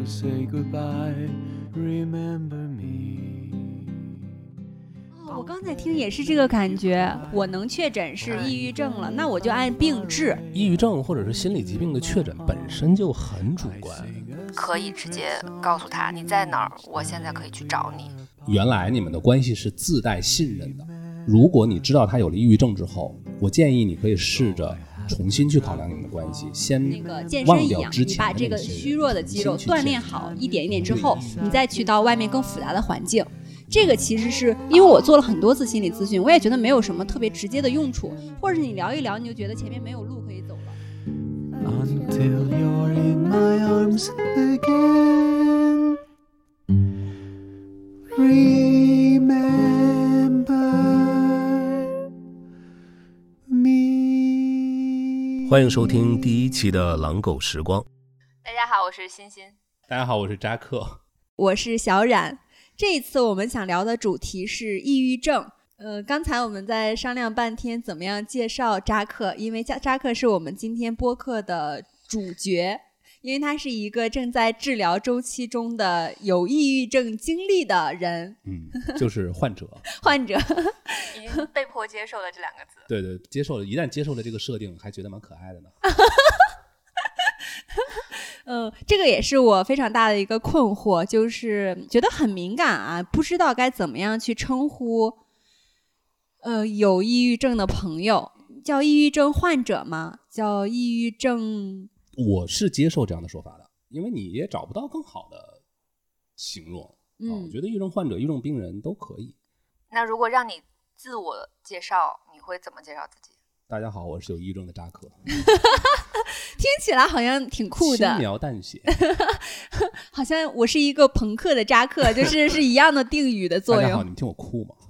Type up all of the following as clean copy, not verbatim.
say goodbye, remember me。 我刚才听也是这个感觉，我能确诊是抑郁症了，那我就按病治。 抑郁症或者是心理疾病的确诊本身就很主观， 可以直接告诉他你在哪儿，我现在可以去找你。 原来你们的关系是自带信任的，如果你知道他有了抑郁症之后，我建议你可以试着重新去考量你们的关系，先那个健忘身一样， 掉之前你把这个虚弱的肌肉锻炼好一点一点之后，你再去到外面更复杂的环境。这个其实是因为我做了很多次心理咨询，我也觉得没有什么特别直接的用处，或者是你聊一聊，你就觉得前面没有路可以走了。 Until you're in my arms again, remember me。 欢迎收听第1期的狼狗时光。 大家好，我是欣欣。 大家好，我是扎克。 我是小冉。这一次我们想聊的主题是抑郁症。刚才我们在商量半天怎么样介绍扎克，因为扎克是我们今天播客的主角，因为他是一个正在治疗周期中的有抑郁症经历的人。 就是患者。 患者已经被迫接受了这两个字。 对对，接受了，一旦接受了这个设定，还觉得蛮可爱的呢。 这个也是我非常大的一个困惑，就是觉得很敏感啊，不知道该怎么样去称呼有抑郁症的朋友，叫抑郁症患者吗？叫抑郁症？ 我是接受这样的说法的，因为你也找不到更好的形容。我觉得抑郁症患者、抑郁症病人都可以。 那如果让你自我介绍，你会怎么介绍自己？ 大家好，我是有抑郁症的扎克。 听起来好像挺酷的， 轻描淡写。 好像我是一个朋克的扎克，是一样的定语的作用。 大家好，你们听我哭吗？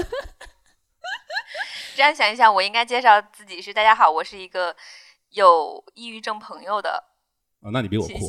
这样想一想，我应该介绍自己是大家好，我是一个有抑郁症朋友的。 那你比我酷。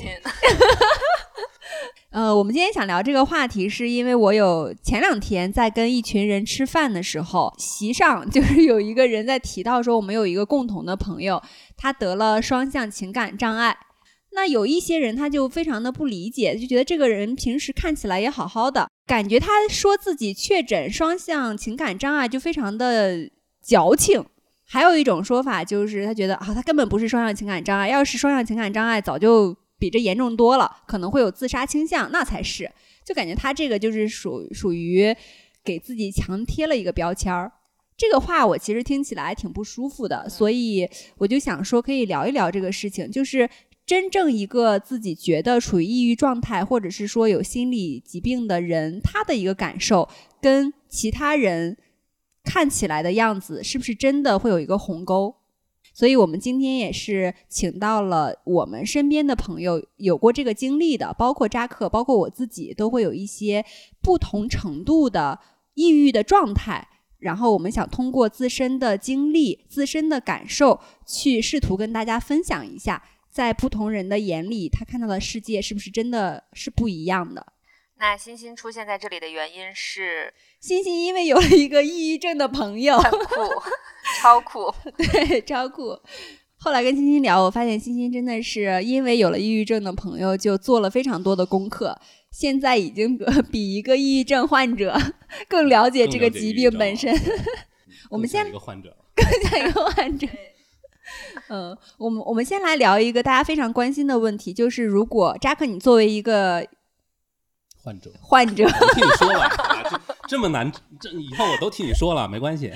我们今天想聊这个话题，是因为我有前2天在跟一群人吃饭的时候，席上就是有一个人在提到说，我们有一个共同的朋友，他得了双向情感障碍。那有一些人他就非常的不理解，就觉得这个人平时看起来也好好的，感觉他说自己确诊双向情感障碍就非常的矫情。还有一种说法就是他觉得他根本不是双向情感障碍，要是双向情感障碍早就比这严重多了，可能会有自杀倾向，那才是。就感觉他这个就是属于给自己强贴了一个标签儿。这个话我其实听起来挺不舒服的，所以我就想说可以聊一聊这个事情，就是真正一个自己觉得处于抑郁状态，或者是说有心理疾病的人，他的一个感受跟其他人看起来的样子是不是真的会有一个鸿沟。所以我们今天也是请到了我们身边的朋友有过这个经历的，包括扎克，包括我自己，都会有一些不同程度的抑郁的状态，然后我们想通过自身的经历、自身的感受去试图跟大家分享一下，在不同人的眼里他看到的世界是不是真的是不一样的。 那欣欣出现在这里的原因是， 欣欣因为有了一个抑郁症的朋友， 很酷，超酷。 对，超酷。后来跟欣欣聊，我发现欣欣真的是因为有了抑郁症的朋友，就做了非常多的功课，现在已经比一个抑郁症患者更了解这个疾病本身。我们先一个患者， 更像一个患者。我们先来聊一个大家非常关心的问题，就是如果扎克你作为一个患者我替你说了，这么难，这以后我都替你说了，没关系。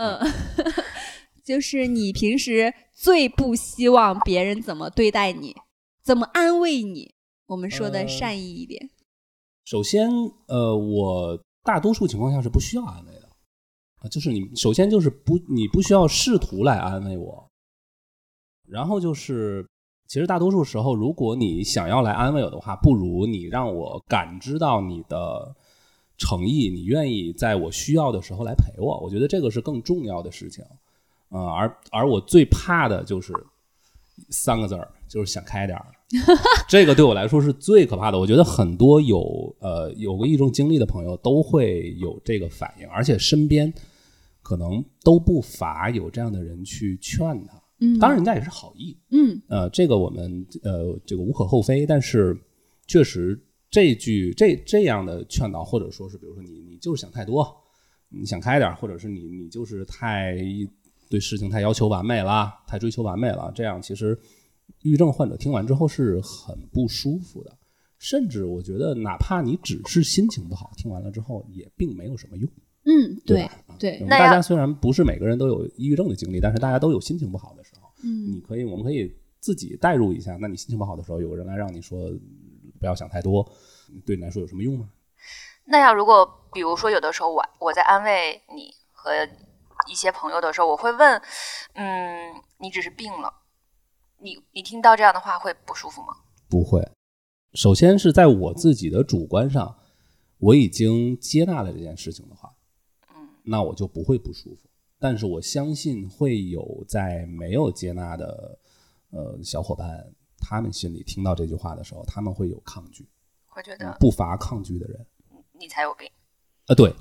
就是你平时最不希望别人怎么对待你，怎么安慰你，我们说的善意一点。 首先我大多数情况下是不需要安慰的，就是你首先就是你不需要试图来安慰我，然后就是其实大多数时候，如果你想要来安慰我的话，不如你让我感知到你的诚意，你愿意在我需要的时候来陪我，我觉得这个是更重要的事情。而我最怕的就是3个字儿，就是想开点儿。这个对我来说是最可怕的。我觉得很多有过抑郁症经历的朋友都会有这个反应，而且身边可能都不乏有这样的人去劝他。当然人家也是好意，这个我们这个无可厚非，但是确实这样的劝导，或者说是比如说你就是想太多，你想开点，或者是你就是太对事情太要求完美了，太追求完美了，这样其实抑郁症患者听完之后是很不舒服的，甚至我觉得哪怕你只是心情不好，听完了之后也并没有什么用。 对。 大家虽然不是每个人都有抑郁症的经历，但是大家都有心情不好的时候。我们可以自己代入一下，那你心情不好的时候，有个人来让你说不要想太多，对你来说有什么用吗？ 那样如果比如说有的时候我在安慰你和一些朋友的时候，我会问，你只是病了，你听到这样的话会不舒服吗？ 不会。首先是在我自己的主观上，我已经接纳了这件事情的话，那我就不会不舒服。但是我相信会有在没有接纳的小伙伴，他们心里听到这句话的时候，他们会有抗拒， 会觉得不乏抗拒的人， 你才有病。 对。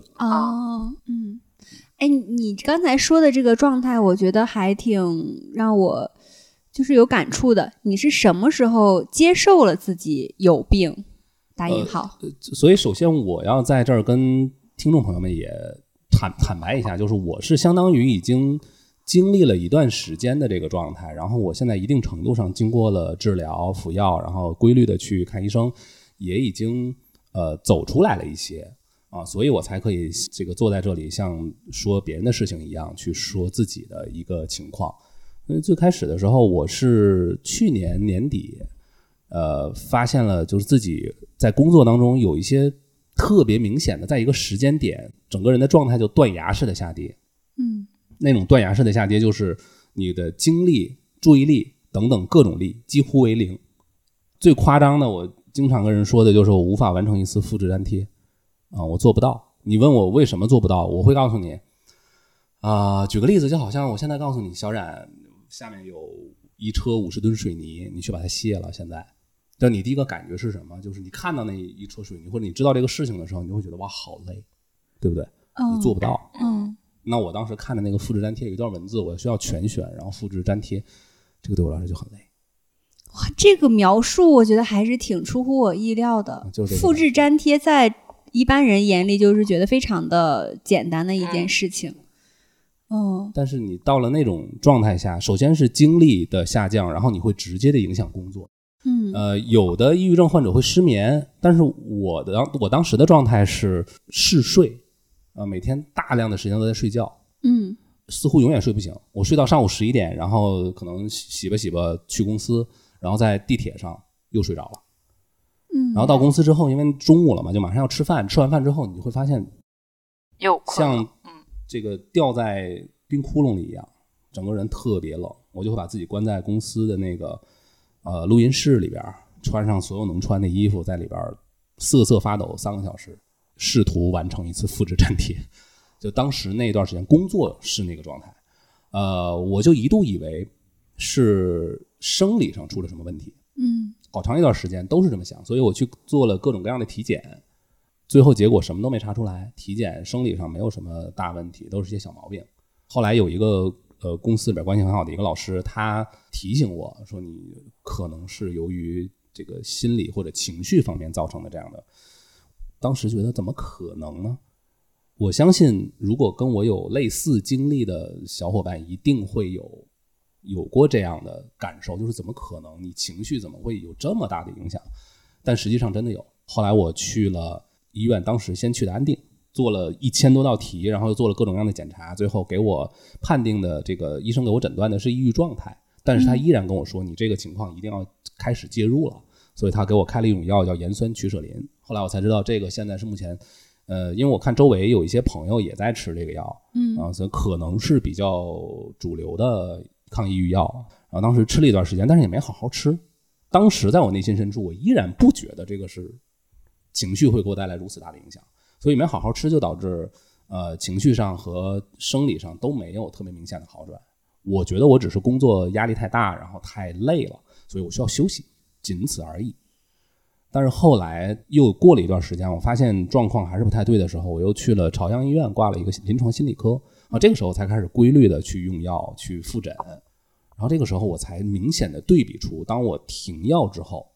你刚才说的这个状态，我觉得还挺让我就是有感触的。你是什么时候接受了自己有病？打引号。 所以首先我要在这儿跟听众朋友们也坦白一下，就是我是相当于已经经历了一段时间的这个状态，然后我现在一定程度上经过了治疗、服药，然后规律的去看医生，也已经走出来了一些啊，所以我才可以这个坐在这里像说别人的事情一样去说自己的一个情况。因为最开始的时候，我是去年年底发现了就是自己在工作当中有一些特别明显的，在一个时间点整个人的状态就断崖式的下跌。那种断崖式的下跌就是你的精力、注意力等等各种力几乎为零。最夸张的，我经常跟人说的就是我无法完成一次复制粘贴我做不到。你问我为什么做不到，我会告诉你举个例子，就好像我现在告诉你，小冉下面有一车50吨水泥，你去把它卸了，现在但你第一个感觉是什么？就是你看到那一车水泥，或者你知道这个事情的时候，你就会觉得哇好累，对不对？你做不到。那我当时看的那个复制粘贴有一段文字，我需要全选，然后复制粘贴，这个对我来说就很累。 哇，这个描述我觉得还是挺出乎我意料的。 就是复制粘贴在一般人眼里就是觉得非常的简单的一件事情。 但是你到了那种状态下，首先是精力的下降，然后你会直接的影响工作。有的抑郁症患者会失眠，但是我当时的状态是嗜睡每天大量的时间都在睡觉。似乎永远睡不醒。我睡到上午11点，然后可能洗吧去公司，然后在地铁上又睡着了。然后到公司之后，因为中午了嘛，就马上要吃饭，吃完饭之后你会发现像这个掉在冰窟窿里一样，整个人特别冷。我就会把自己关在公司的那个录音室里边，穿上所有能穿的衣服，在里边瑟瑟发抖3个小时，试图完成一次复制粘贴。就当时那段时间工作是那个状态，我就一度以为是生理上出了什么问题。好长一段时间都是这么想，所以我去做了各种各样的体检，最后结果什么都没查出来，体检生理上没有什么大问题，都是些小毛病。后来有一个公司里边关系很好的一个老师，他提醒我说你可能是由于这个心理或者情绪方面造成的这样的。当时觉得怎么可能呢？我相信如果跟我有类似经历的小伙伴一定会有过这样的感受，就是怎么可能你情绪怎么会有这么大的影响。但实际上真的有。后来我去了医院，当时先去的安定，做了1000多道题，然后又做了各种各样的检查，最后给我判定的这个医生给我诊断的是抑郁状态，但是他依然跟我说你这个情况一定要开始介入了，所以他给我开了一种药叫盐酸曲舍林。后来我才知道这个现在是目前因为我看周围有一些朋友也在吃这个药，所以可能是比较主流的抗抑郁药。然后当时吃了一段时间，但是也没好好吃。当时在我内心深处，我依然不觉得这个是情绪会给我带来如此大的影响，所以没好好吃就导致情绪上和生理上都没有特别明显的好转。我觉得我只是工作压力太大，然后太累了，所以我需要休息，仅此而已。但是后来又过了一段时间，我发现状况还是不太对的时候，我又去了朝阳医院挂了一个临床心理科这个时候才开始规律的去用药去复诊。然后这个时候我才明显的对比出，当我停药之后，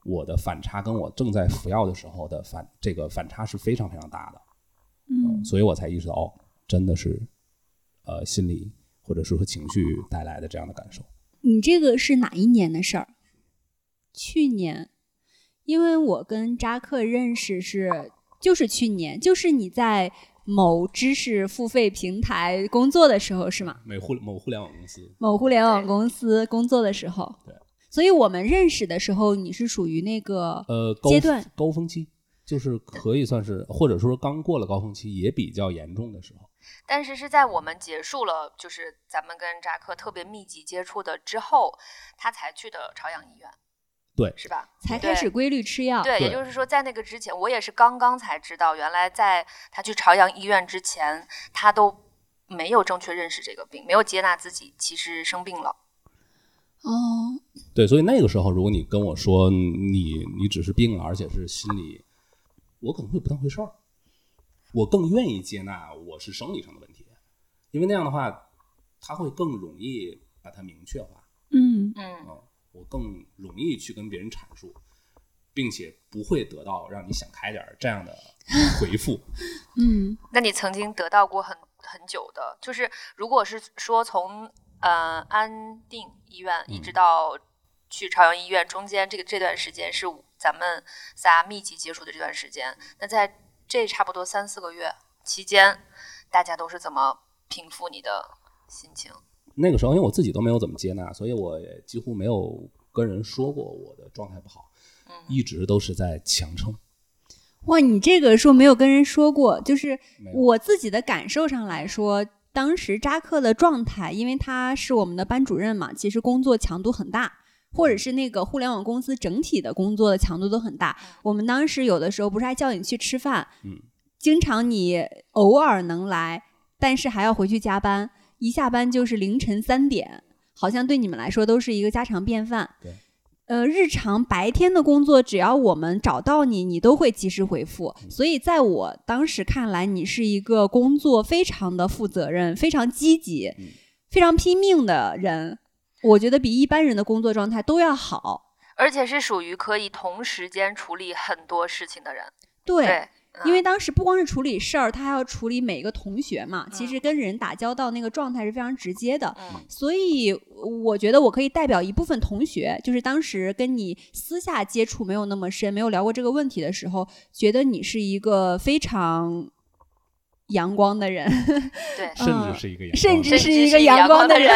我的反差跟我正在服药的时候的这个反差是非常非常大的。所以我才意识到真的是心理或者说情绪带来的这样的感受。 你这个是哪一年的事儿？去年。因为我跟扎克认识就是去年，就是你在某知识付费平台工作的时候是吗？ 某互联网公司。 某互联网公司工作的时候。 对。 所以我们认识的时候，你是属于那个阶段高峰期，就是可以算是，或者说刚过了高峰期也比较严重的时候。 但是是在我们结束了，就是咱们跟扎克特别密集接触的之后，他才去的朝阳医院。 对， 是吧？ 才开始规律吃药。 对，也就是说，在那个之前，我也是刚刚才知道，原来在他去朝阳医院之前，他都没有正确认识这个病，没有接纳自己其实生病了。 哦， 对，所以那个时候，如果你跟我说你只是病了，而且是心理，我可能会不当回事儿。我更愿意接纳我是生理上的问题，因为那样的话，他会更容易把它明确化。我更容易去跟别人阐述，并且不会得到让你想开点这样的回复。 那你曾经得到过很久的，就是如果是说从安定医院一直到去朝阳医院中间这段时间是咱们仨密集接触的这段时间，那在这差不多3-4个月期间，大家都是怎么平复你的心情？ 那个时候因为我自己都没有怎么接纳，所以我也几乎没有跟人说过我的状态不好，一直都是在强撑。 哇，你这个说没有跟人说过，就是我自己的感受上来说，当时扎克的状态，因为他是我们的班主任嘛，其实工作强度很大，或者是那个互联网公司整体的工作的强度都很大。我们当时有的时候不是还叫你去吃饭，经常你偶尔能来，但是还要回去加班，一下班就是凌晨3点，好像对你们来说都是一个家常便饭。 对。 日常白天的工作，只要我们找到你，你都会及时回复。所以在我当时看来，你是一个工作非常的负责任、非常积极、非常拼命的人。我觉得比一般人的工作状态都要好， 而且是属于可以同时间处理很多事情的人。 对。因为当时不光是处理事儿，他还要处理每个同学嘛，其实跟人打交道那个状态是非常直接的。所以我觉得我可以代表一部分同学，就是当时跟你私下接触没有那么深，没有聊过这个问题的时候，觉得你是一个非常阳光的人。 对， 甚至是一个阳光的人。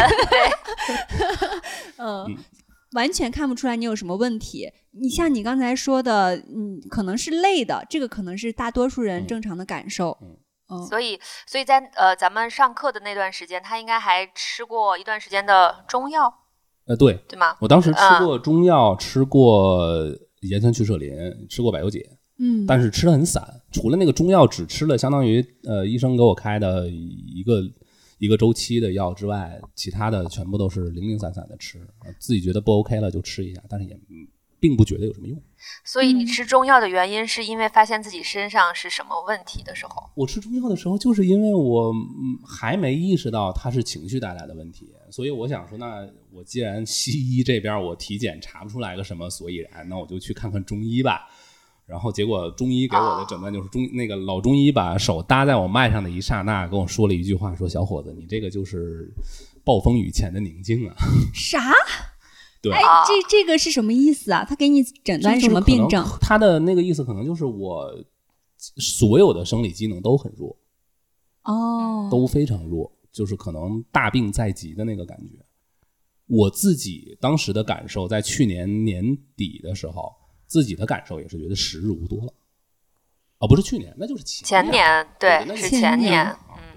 对。 完全看不出来你有什么问题。你像你刚才说的，可能是累的，这个可能是大多数人正常的感受。 所以在咱们上课的那段时间，他应该还吃过一段时间的中药。对吗？ 我当时吃过中药，吃过盐酸去舍林，吃过百忧解。但是吃的很散，除了那个中药只吃了相当于医生给我开的一个周期的药之外，其他的全部都是零零散散的吃，自己觉得不 OK 了就吃一下，但是也并不觉得有什么用。 所以你吃中药的原因是因为发现自己身上是什么问题的时候？ 我吃中药的时候就是因为我还没意识到它是情绪带来的问题，所以我想说，那我既然西医这边我体检查不出来个什么所以然，那我就去看看中医吧。然后结果中医给我的诊断就是那个老中医把手搭在我脉上的一刹那跟我说了一句话，说小伙子，你这个就是暴风雨前的宁静啊。 啥？ 对， 这个是什么意思啊？他给你诊断什么病症？ 他的那个意思可能就是我所有的生理机能都很弱，都非常弱，就是可能大病在即的那个感觉。我自己当时的感受，在去年年底的时候，自己的感受也是觉得时日无多了。不是去年，那就是前年，对，是前年。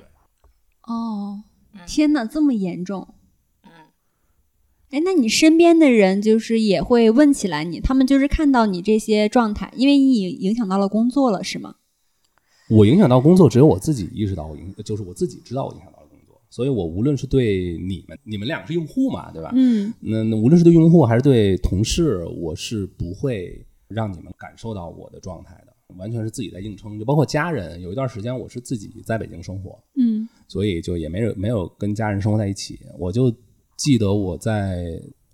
天哪，这么严重！那你身边的人就是也会问起来你，他们就是看到你这些状态，因为你影响到了工作了，是吗？ 我影响到工作，只有我自己意识到就是我自己知道我影响到了工作，所以我无论是对你们两个是用户嘛，对吧？那无论是对用户还是对同事，我是不会让你们感受到我的状态的，完全是自己在硬撑。就包括家人，有一段时间我是自己在北京生活，所以就也没有跟家人生活在一起。我就记得我在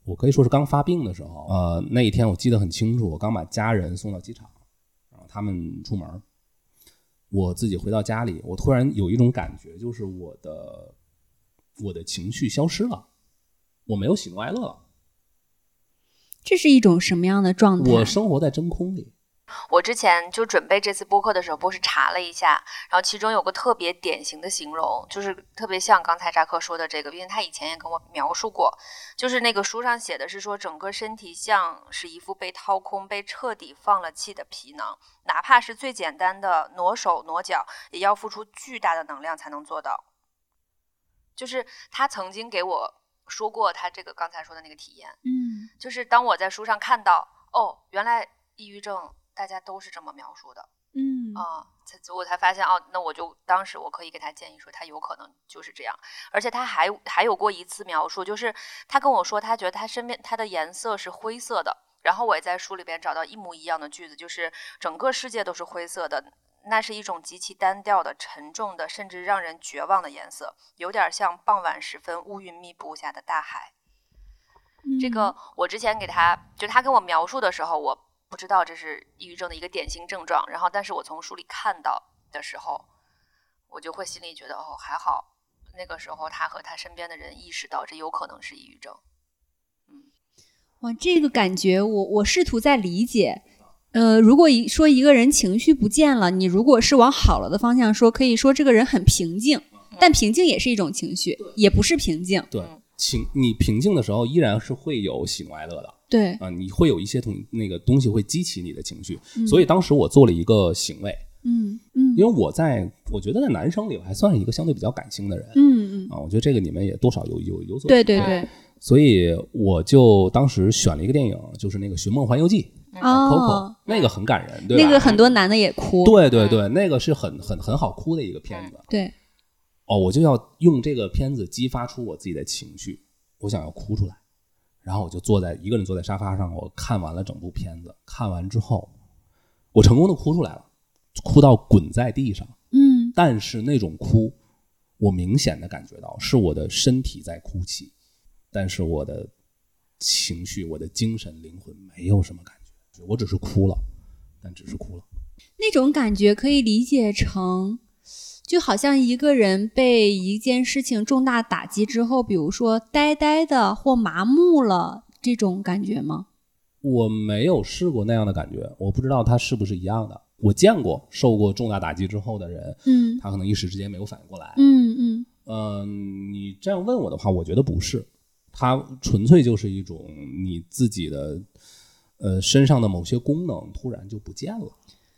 我可以说是刚发病的时候，那一天我记得很清楚，我刚把家人送到机场，然后他们出门，我自己回到家里，我突然有一种感觉，就是我的情绪消失了，我没有喜怒哀乐了。 这是一种什么样的状态？ 我生活在真空里。 我之前就准备这次播客的时候，不是查了一下，然后其中有个特别典型的形容，就是特别像刚才扎克说的这个，因为他以前也跟我描述过，就是那个书上写的是说，整个身体像是一副被掏空、被彻底放了气的皮囊，哪怕是最简单的挪手挪脚，也要付出巨大的能量才能做到。就是他曾经给我说过他这个刚才说的那个体验，就是当我在书上看到，哦，原来抑郁症大家都是这么描述的，我才发现那我就当时我可以给他建议说，他有可能就是这样。而且他还有过一次描述，就是他跟我说，他觉得他身边他的颜色是灰色的，然后我也在书里边找到一模一样的句子，就是整个世界都是灰色的，那是一种极其单调的、沉重的，甚至让人绝望的颜色，有点像傍晚时分乌云密布下的大海。这个我之前给他，就他跟我描述的时候，我不知道这是抑郁症的一个典型症状，然后但是我从书里看到的时候，我就会心里觉得还好，那个时候他和他身边的人意识到这有可能是抑郁症。 哇，这个感觉我试图在理解。如果说一个人情绪不见了，你如果是往好了的方向说，可以说这个人很平静，但平静也是一种情绪，也不是平静。 对，你平静的时候依然是会有喜怒哀乐的。 对你会有一些那个东西会激起你的情绪，所以当时我做了一个行为，因为我觉得在男生里我还算是一个相对比较感性的人，我觉得这个你们也多少有所对， 所以我就当时选了一个电影，就是那个《寻梦环游记》Coco， 那个很感人，对吧？ 那个很多男的也哭， 对，那个是很好哭的一个片子， 对， 我就要用这个片子激发出我自己的情绪，我想要哭出来。然后我就一个人坐在沙发上，我看完了整部片子，看完之后我成功的哭出来了，哭到滚在地上，但是那种哭我明显的感觉到是我的身体在哭泣，但是我的情绪、我的精神、灵魂没有什么感觉，我只是哭了，但只是哭了。 那种感觉可以理解成就好像一个人被一件事情重大打击之后，比如说呆呆的或麻木了这种感觉吗？ 我没有试过那样的感觉，我不知道它是不是一样的。我见过受过重大打击之后的人，他可能一时之间没有反应过来。你这样问我的话，我觉得不是，它纯粹就是一种你自己的身上的某些功能突然就不见了。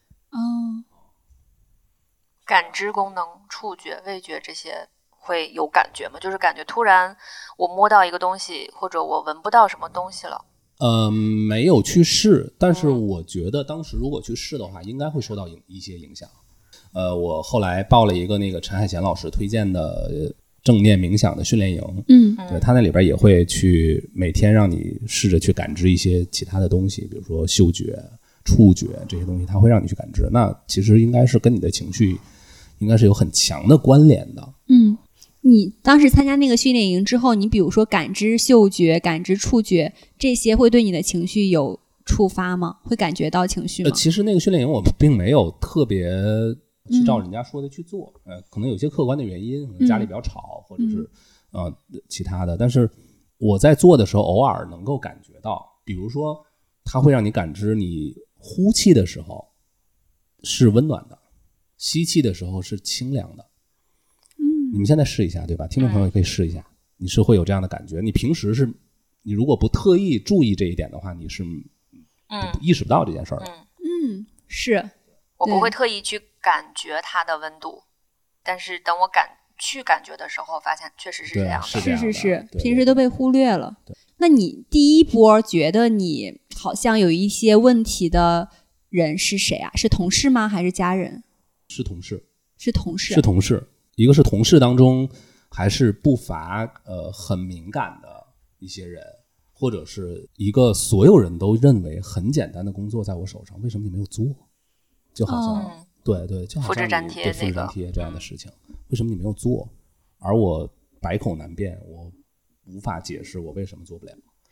感知功能、触觉、味觉这些会有感觉吗？就是感觉突然我摸到一个东西，或者我闻不到什么东西了。 没有去试，但是我觉得当时如果去试的话，应该会受到一些影响。我后来报了一个那个陈海贤老师推荐的正念冥想的训练营，对，他那里边也会去每天让你试着去感知一些其他的东西，比如说嗅觉、触觉这些东西，他会让你去感知。那其实应该是跟你的情绪应该是有很强的关联的。 你当时参加那个训练营之后，你比如说感知嗅觉、感知触觉这些会对你的情绪有触发吗？会感觉到情绪吗？ 其实那个训练营我并没有特别去照人家说的去做，可能有些客观的原因，可能家里比较吵，或者是其他的。但是我在做的时候，偶尔能够感觉到，比如说它会让你感知你呼气的时候是温暖的，吸气的时候是清凉的。你们现在试一下，对吧？听众朋友也可以试一下，你是会有这样的感觉。你平时你如果不特意注意这一点的话，你是意识不到这件事儿的。 是我不会特意去感觉它的温度，但是等我去感觉的时候，发现确实是这样的。 是，平时都被忽略了。那你第一波觉得你好像有一些问题的人是谁啊？是同事吗？还是家人？ 是同事。一个是同事当中还是不乏很敏感的一些人，或者是一个所有人都认为很简单的工作在我手上，为什么你没有做？就好像对，就好像复制粘贴这样的事情，为什么你没有做？而我百口难辩，我无法解释我为什么做不了。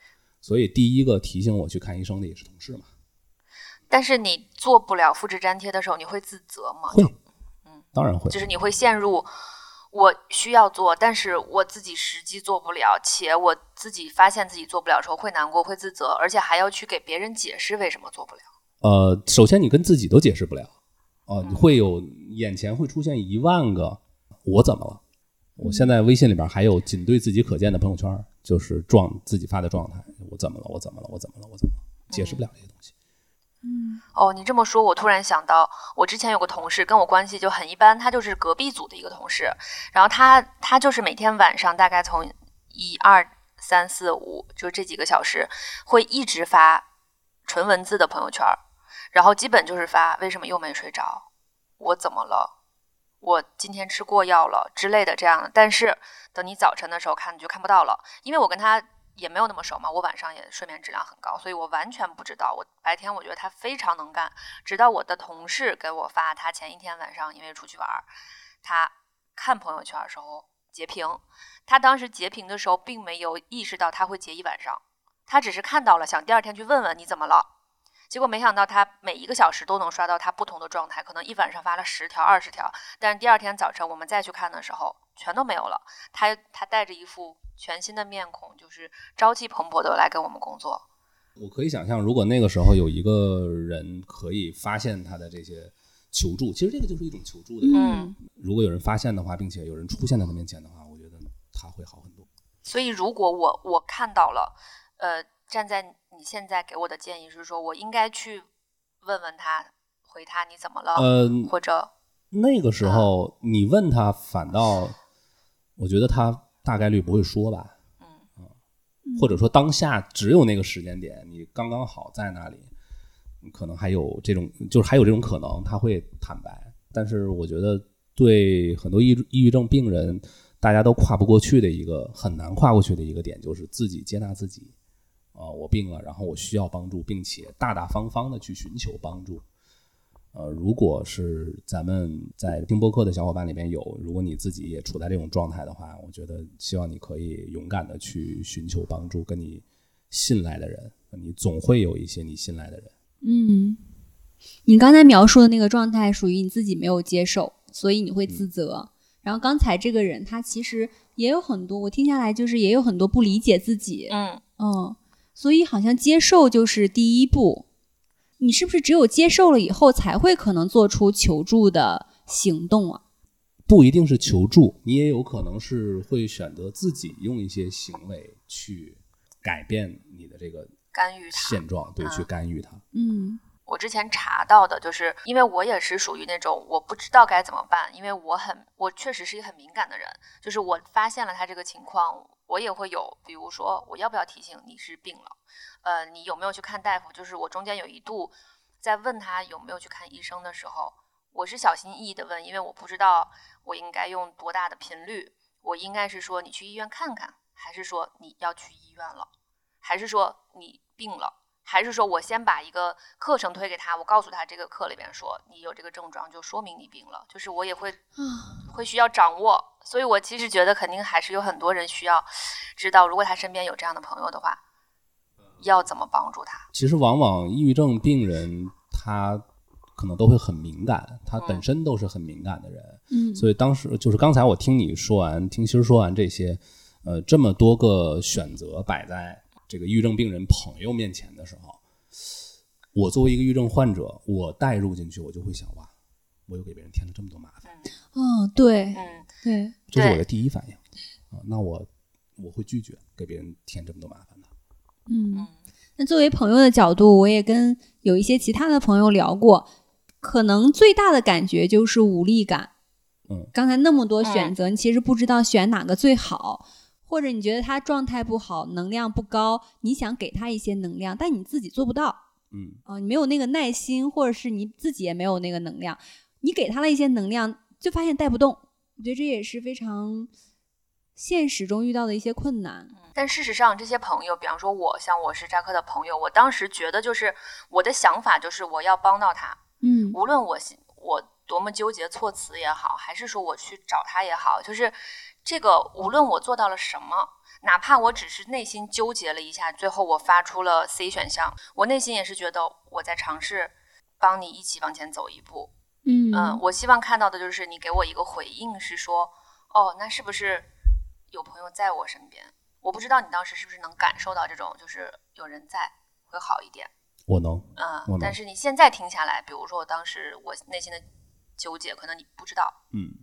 所以第一个提醒我去看医生的也是同事嘛。 但是你做不了复制粘贴的时候，你会自责吗？ 会，当然会。 就是你会陷入我需要做，但是我自己实际做不了，且我自己发现自己做不了的时候会难过，会自责，而且还要去给别人解释为什么做不了。 首先你跟自己都解释不了你会有眼前会出现10000个我怎么了。我现在微信里边还有仅对自己可见的朋友圈，就是自己发的状态，我怎么了，我怎么了，我怎么了，我怎么了，解释不了这些东西。 你这么说，我突然想到，我之前有个同事跟我关系就很一般，他就是隔壁组的一个同事，然后他就是每天晚上大概从1、2、3、4、5，就是这几个小时，会一直发纯文字的朋友圈，然后基本就是发为什么又没睡着，我怎么了，我今天吃过药了之类的这样的。但是等你早晨的时候看，你就看不到了，因为我跟他也没有那么熟嘛，我晚上也睡眠质量很高，所以我完全不知道。我白天我觉得他非常能干，直到我的同事给我发他前一天晚上因为出去玩，他看朋友圈的时候截屏，他当时截屏的时候并没有意识到他会截一晚上，他只是看到了，想第二天去问问你怎么了。结果没想到他每1个小时都能刷到他不同的状态，可能一晚上发了10条、20条，但是第二天早晨我们再去看的时候全都没有了。他带着一副全新的面孔，就是朝气蓬勃的来跟我们工作。 我可以想象，如果那个时候有一个人可以发现他的这些求助，其实这个就是一种求助的。如果有人发现的话，并且有人出现在他面前的话，我觉得他会好很多。 所以如果我看到了，站在你现在给我的建议是说，我应该去问问他，回他你怎么了，或者那个时候你问他，反倒我觉得他大概率不会说吧。或者说当下只有那个时间点，你刚刚好在那里，可能还有这种，就是还有这种可能，他会坦白。但是我觉得对很多抑郁症病人，大家都跨不过去的一个很难跨过去的一个点，就是自己接纳自己。我病了，然后我需要帮助，并且大大方方的去寻求帮助。如果是咱们在听播客的小伙伴里面有，如果你自己也处在这种状态的话，我觉得希望你可以勇敢的去寻求帮助，跟你信赖的人，你总会有一些你信赖的人。 你刚才描述的那个状态属于你自己没有接受，所以你会自责。然后刚才这个人他其实也有很多，我听下来就是也有很多不理解自己。所以好像接受就是第一步。你是不是只有接受了以后才会可能做出求助的行动啊？ 不一定是求助，你也有可能是会选择自己用一些行为去改变你的这个干预现状，对，去干预它。 我之前查到的就是，因为我也是属于那种我不知道该怎么办，因为我确实是一个很敏感的人，就是我发现了他这个情况，我也会有，比如说我要不要提醒你是病了，你有没有去看大夫？就是我中间有一度在问他有没有去看医生的时候，我是小心翼翼的问，因为我不知道我应该用多大的频率，我应该是说你去医院看看，还是说你要去医院了，还是说你病了，还是说我先把一个课程推给他，我告诉他这个课里边说你有这个症状就说明你病了，就是我也会需要掌握。所以我其实觉得肯定还是有很多人需要知道，如果他身边有这样的朋友的话，要怎么帮助他。 其实往往抑郁症病人他可能都会很敏感，他本身都是很敏感的人。所以当时就是刚才我听你说完，听其实说完这些这么多个选择摆在这个抑郁症病人朋友面前的时候，我作为一个抑郁症患者，我带入进去，我就会想，哇，我又给别人添了这么多麻烦。 对，对， 这是我的第一反应。那我会拒绝给别人添这么多麻烦的。 那作为朋友的角度，我也跟有一些其他的朋友聊过，可能最大的感觉就是无力感。刚才那么多选择，你其实不知道选哪个最好。或者你觉得他状态不好，能量不高，你想给他一些能量，但你自己做不到。你没有那个耐心，或者是你自己也没有那个能量，你给他了一些能量，就发现带不动。我觉得这也是非常现实中遇到的一些困难。 但事实上这些朋友，比方说像我是扎克的朋友，我当时觉得就是我的想法就是我要帮到他。无论我多么纠结措辞也好，还是说我去找他也好，就是这个无论我做到了什么，哪怕我只是内心纠结了一下，最后我发出了 C 选项，我内心也是觉得我在尝试帮你一起往前走一步。我希望看到的就是你给我一个回应，是说哦，那是不是有朋友在我身边？我不知道你当时是不是能感受到这种就是有人在会好一点。 我能， 但是你现在听下来，比如说我当时我内心的纠结，可能你不知道。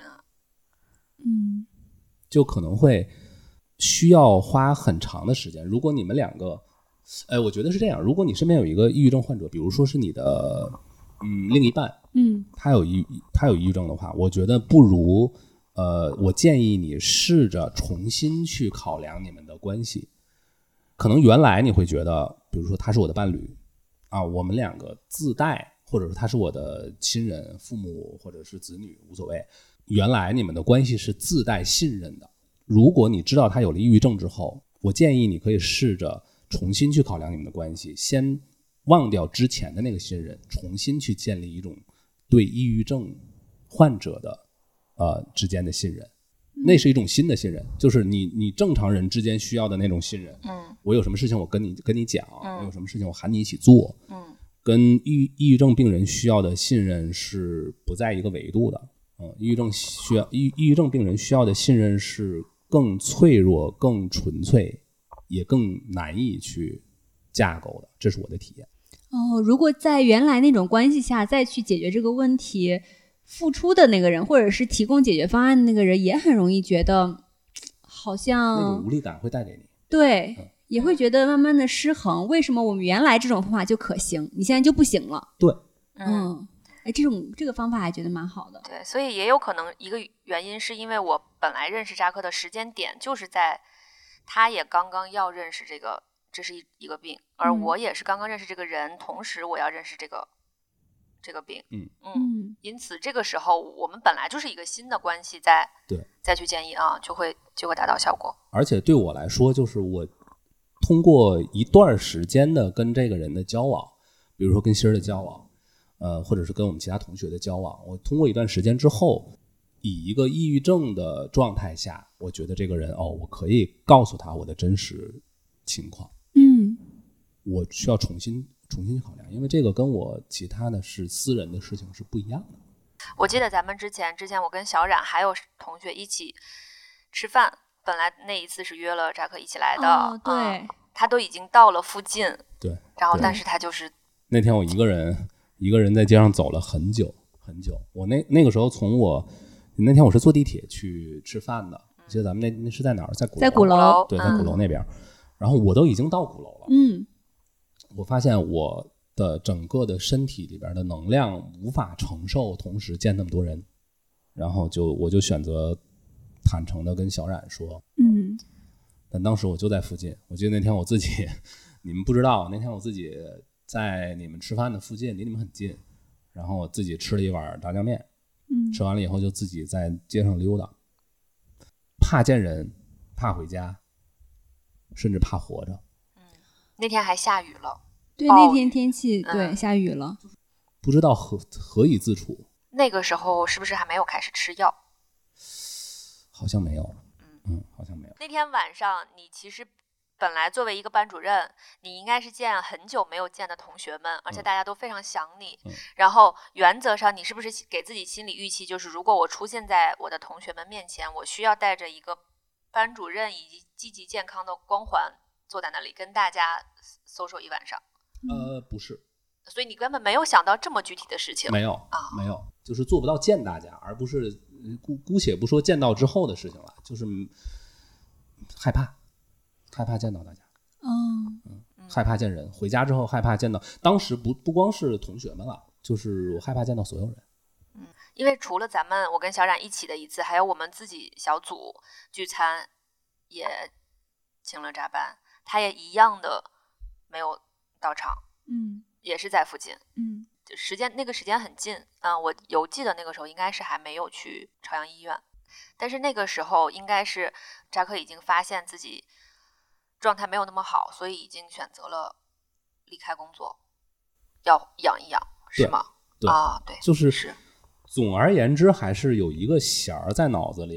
就可能会需要花很长的时间。如果你们两个，我觉得是这样，如果你身边有一个抑郁症患者，比如说是你的另一半，他有抑郁症的话，我觉得不如我建议你试着重新去考量你们的关系。可能原来你会觉得，比如说他是我的伴侣啊，我们两个自带，或者是他是我的亲人、父母或者是子女，无所谓。原来你们的关系是自带信任的。如果你知道他有了抑郁症之后，我建议你可以试着重新去考量你们的关系，先忘掉之前的那个信任，重新去建立一种对抑郁症患者的之间的信任。那是一种新的信任，就是你正常人之间需要的那种信任。我有什么事情我跟你讲，我有什么事情我喊你一起做。跟抑郁症病人需要的信任是不在一个维度的。抑郁症病人需要的信任是更脆弱、更纯粹，也更难以去架构的。这是我的体验。 如果在原来那种关系下再去解决这个问题，付出的那个人或者是提供解决方案的那个人也很容易觉得好像那种无力感会带给你。 对，也会觉得慢慢的失衡。为什么我们原来这种方法就可行，你现在就不行了？ 对， 这个方法还觉得蛮好的。 对，所以也有可能一个原因是因为我本来认识扎克的时间点就是在他也刚刚要认识这是一个病，而我也是刚刚认识这个人，同时我要认识这个病。因此这个时候我们本来就是一个新的关系，再去建议就会达到效果。 而且对我来说，就是我通过一段时间的跟这个人的交往，比如说跟欣儿的交往，或者是跟我们其他同学的交往，我通过一段时间之后，以一个抑郁症的状态下，我觉得这个人我可以告诉他我的真实情况。我需要重新去考量，因为这个跟我其他的是私人的事情是不一样的。 我记得咱们之前我跟小冉还有同学一起吃饭，本来那一次是约了扎克一起来的。 对， 他都已经到了附近。 对， 然后但是他就是那天我一个人在街上走了很久很久。我那个时候那天我是坐地铁去吃饭的，记得咱们那是在哪儿？在鼓楼。 对，在鼓楼那边。然后我都已经到鼓楼了。我发现我的整个的身体里边的能量无法承受同时见那么多人，然后我就选择坦诚的跟小冉说。但当时我就在附近。我记得那天我自己，你们不知道，那天我自己在你们吃饭的附近，离你们很近，然后我自己吃了一碗炸酱面。吃完了以后就自己在街上溜达，怕见人，怕回家，甚至怕活着。 那天还下雨了。 对，那天天气下雨了， 不知道何以自处。 那个时候是不是还没有开始吃药？ 好像没有。好像没有。 那天晚上你其实本来作为一个班主任，你应该是见很久没有见的同学们，而且大家都非常想你。然后原则上你是不是给自己心理预期，就是如果我出现在我的同学们面前，我需要带着一个班主任以及积极健康的光环坐在那里跟大家 social 一晚上？ 不是。 所以你根本没有想到这么具体的事情？ 没有，没有，就是做不到见大家，而不是姑且不说见到之后的事情了，就是害怕见到大家。害怕见人，回家之后害怕见到，当时不光是同学们了，就是我害怕见到所有人。 因为除了咱们我跟小冉一起的一次，还有我们自己小组聚餐也请了扎班，他也一样的没有到场。也是在附近。那个时间很近。我邮寄的那个时候应该是还没有去朝阳医院，但是那个时候应该是扎克已经发现自己状态没有那么好，所以已经选择了离开工作，要养一养，是吗？ 对， 对， 就是总而言之还是有一个弦儿在脑子里，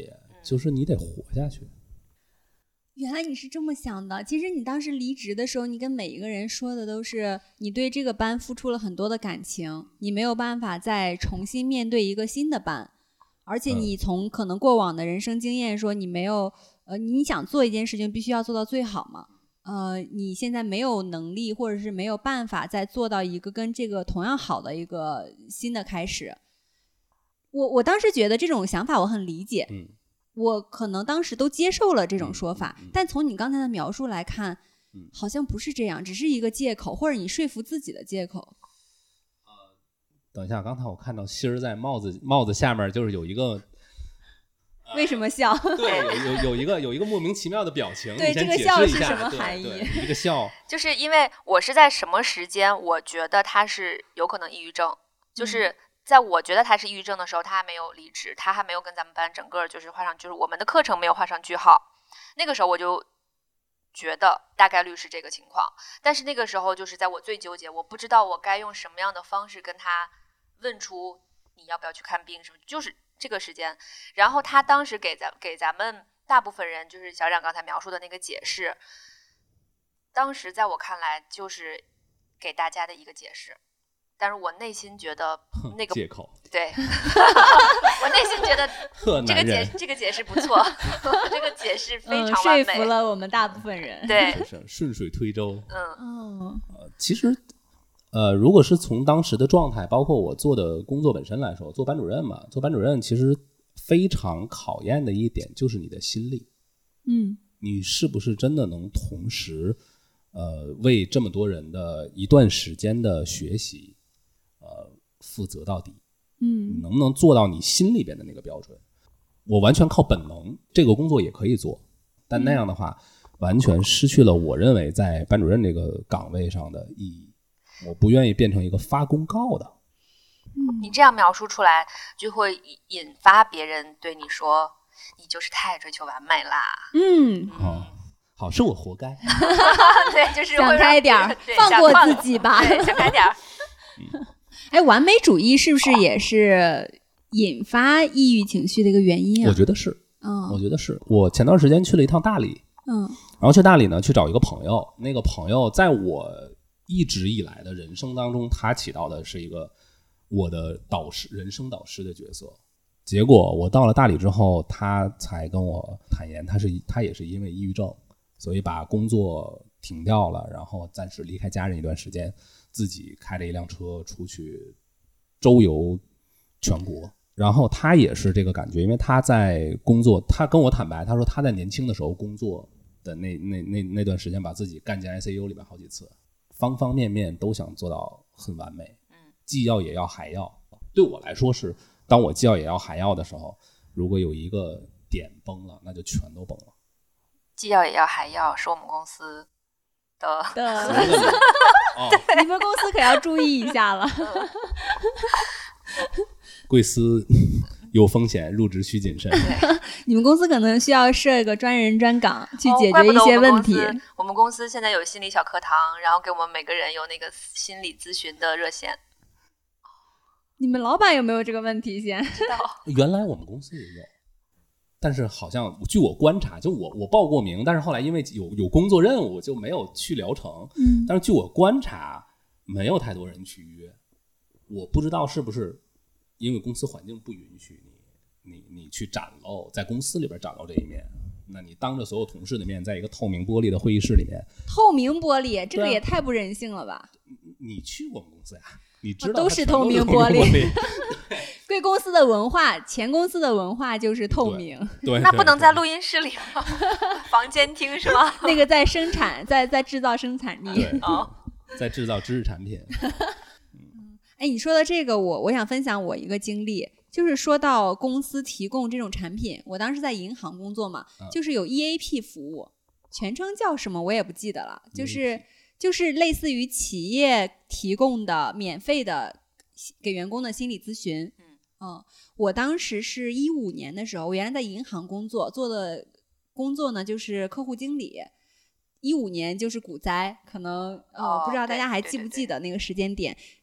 就是你得活下去。 原来你是这么想的。其实你当时离职的时候，你跟每一个人说的都是你对这个班付出了很多的感情，你没有办法再重新面对一个新的班，而且你从可能过往的人生经验说你没有你想做一件事情必须要做到最好嘛，你现在没有能力或者是没有办法再做到一个跟这个同样好的一个新的开始。我当时觉得这种想法我很理解，我可能当时都接受了这种说法，但从你刚才的描述来看，好像不是这样，只是一个借口，或者你说服自己的借口。 等一下，刚才我看到心儿在帽子下面就是有一个， 为什么笑？ 对，有一个莫名其妙的表情。 对，这个笑是什么含义？ 对这个笑就是因为我是在什么时间，我觉得他是有可能抑郁症，就是在我觉得他是抑郁症的时候，他还没有离职，他还没有跟咱们班整个就是画上，就是我们的课程没有画上句号。那个时候我就觉得大概率是这个情况，但是那个时候就是在我最纠结，我不知道我该用什么样的方式跟他问出你要不要去看病什么，就是这个时间。然后他当时给咱们大部分人就是小冉刚才描述的那个解释，当时在我看来就是给大家的一个解释。但是我内心觉得那个借口， 对我内心觉得这个解释不错这个解释非常完美， 说服了我们大部分人。 对， 顺水推舟。其实如果是从当时的状态，包括我做的工作本身来说，做班主任嘛，做班主任其实非常考验的一点就是你的心力。你是不是真的能同时为这么多人的一段时间的学习负责到底？你能不能做到你心里边的那个标准？我完全靠本能，这个工作也可以做，但那样的话完全失去了我认为在班主任这个岗位上的意义。我不愿意变成一个发公告的。 你这样描述出来就会引发别人对你说你就是太追求完美啦。 好，是我活该。 对，就是想开点儿，放过自己吧。 对，想开点儿。 完美主义是不是也是引发抑郁情绪的一个原因啊？ 我觉得是。我觉得是。我前段时间去了一趟大理，然后去大理呢，去找一个朋友。那个朋友在我一直以来的人生当中，他起到的是一个我的导师，人生导师的角色。结果我到了大理之后，他才跟我坦言，他也是因为抑郁症，所以把工作停掉了，然后暂时离开家人一段时间，自己开了一辆车出去周游全国。然后他也是这个感觉，因为他在工作，他跟我坦白，他说他在年轻的时候工作的那段时间，把自己干进 ICU 里边好几次，方方面面都想做到很完美，既要也要还要。对我来说是，当我既要也要还要的时候，如果有一个点崩了，那就全都崩了。 既要也要还要是我们公司的你们公司可要注意一下了。 贵司有风险，入职需谨慎。 你们公司可能需要设一个专人专岗去解决一些问题。 我们公司现在有心理小课堂，然后给我们每个人有那个心理咨询的热线。 你们老板有没有这个问题先？ 知道。 原来我们公司也有，但是好像据我观察，就我报过名，但是后来因为有工作任务就没有去疗程。但是据我观察，没有太多人去约。我不知道是不是因为公司环境不允许你去展露，在公司里边展露这一面。那你当着所有同事的面，在一个透明玻璃的会议室里面， 透明玻璃，这个也太不人性了吧？ 你去我们公司呀，你知道都是透明玻璃。贵公司的文化，前公司的文化就是透明。 对， 那不能在录音室里吗？房间厅是吗？ 那个在生产，在制造生产力。 在制造知识产品。 你说的这个，我想分享我一个经历，就是说到公司提供这种产品，我当时在银行工作嘛，就是有 EAP 服务，全称叫什么我也不记得了，就是类似于企业提供的免费的给员工的心理咨询。我当时是15年的时候，我原来在银行工作，做的工作呢就是客户经理。15年就是股灾，可能不知道大家还记不记得那个时间点。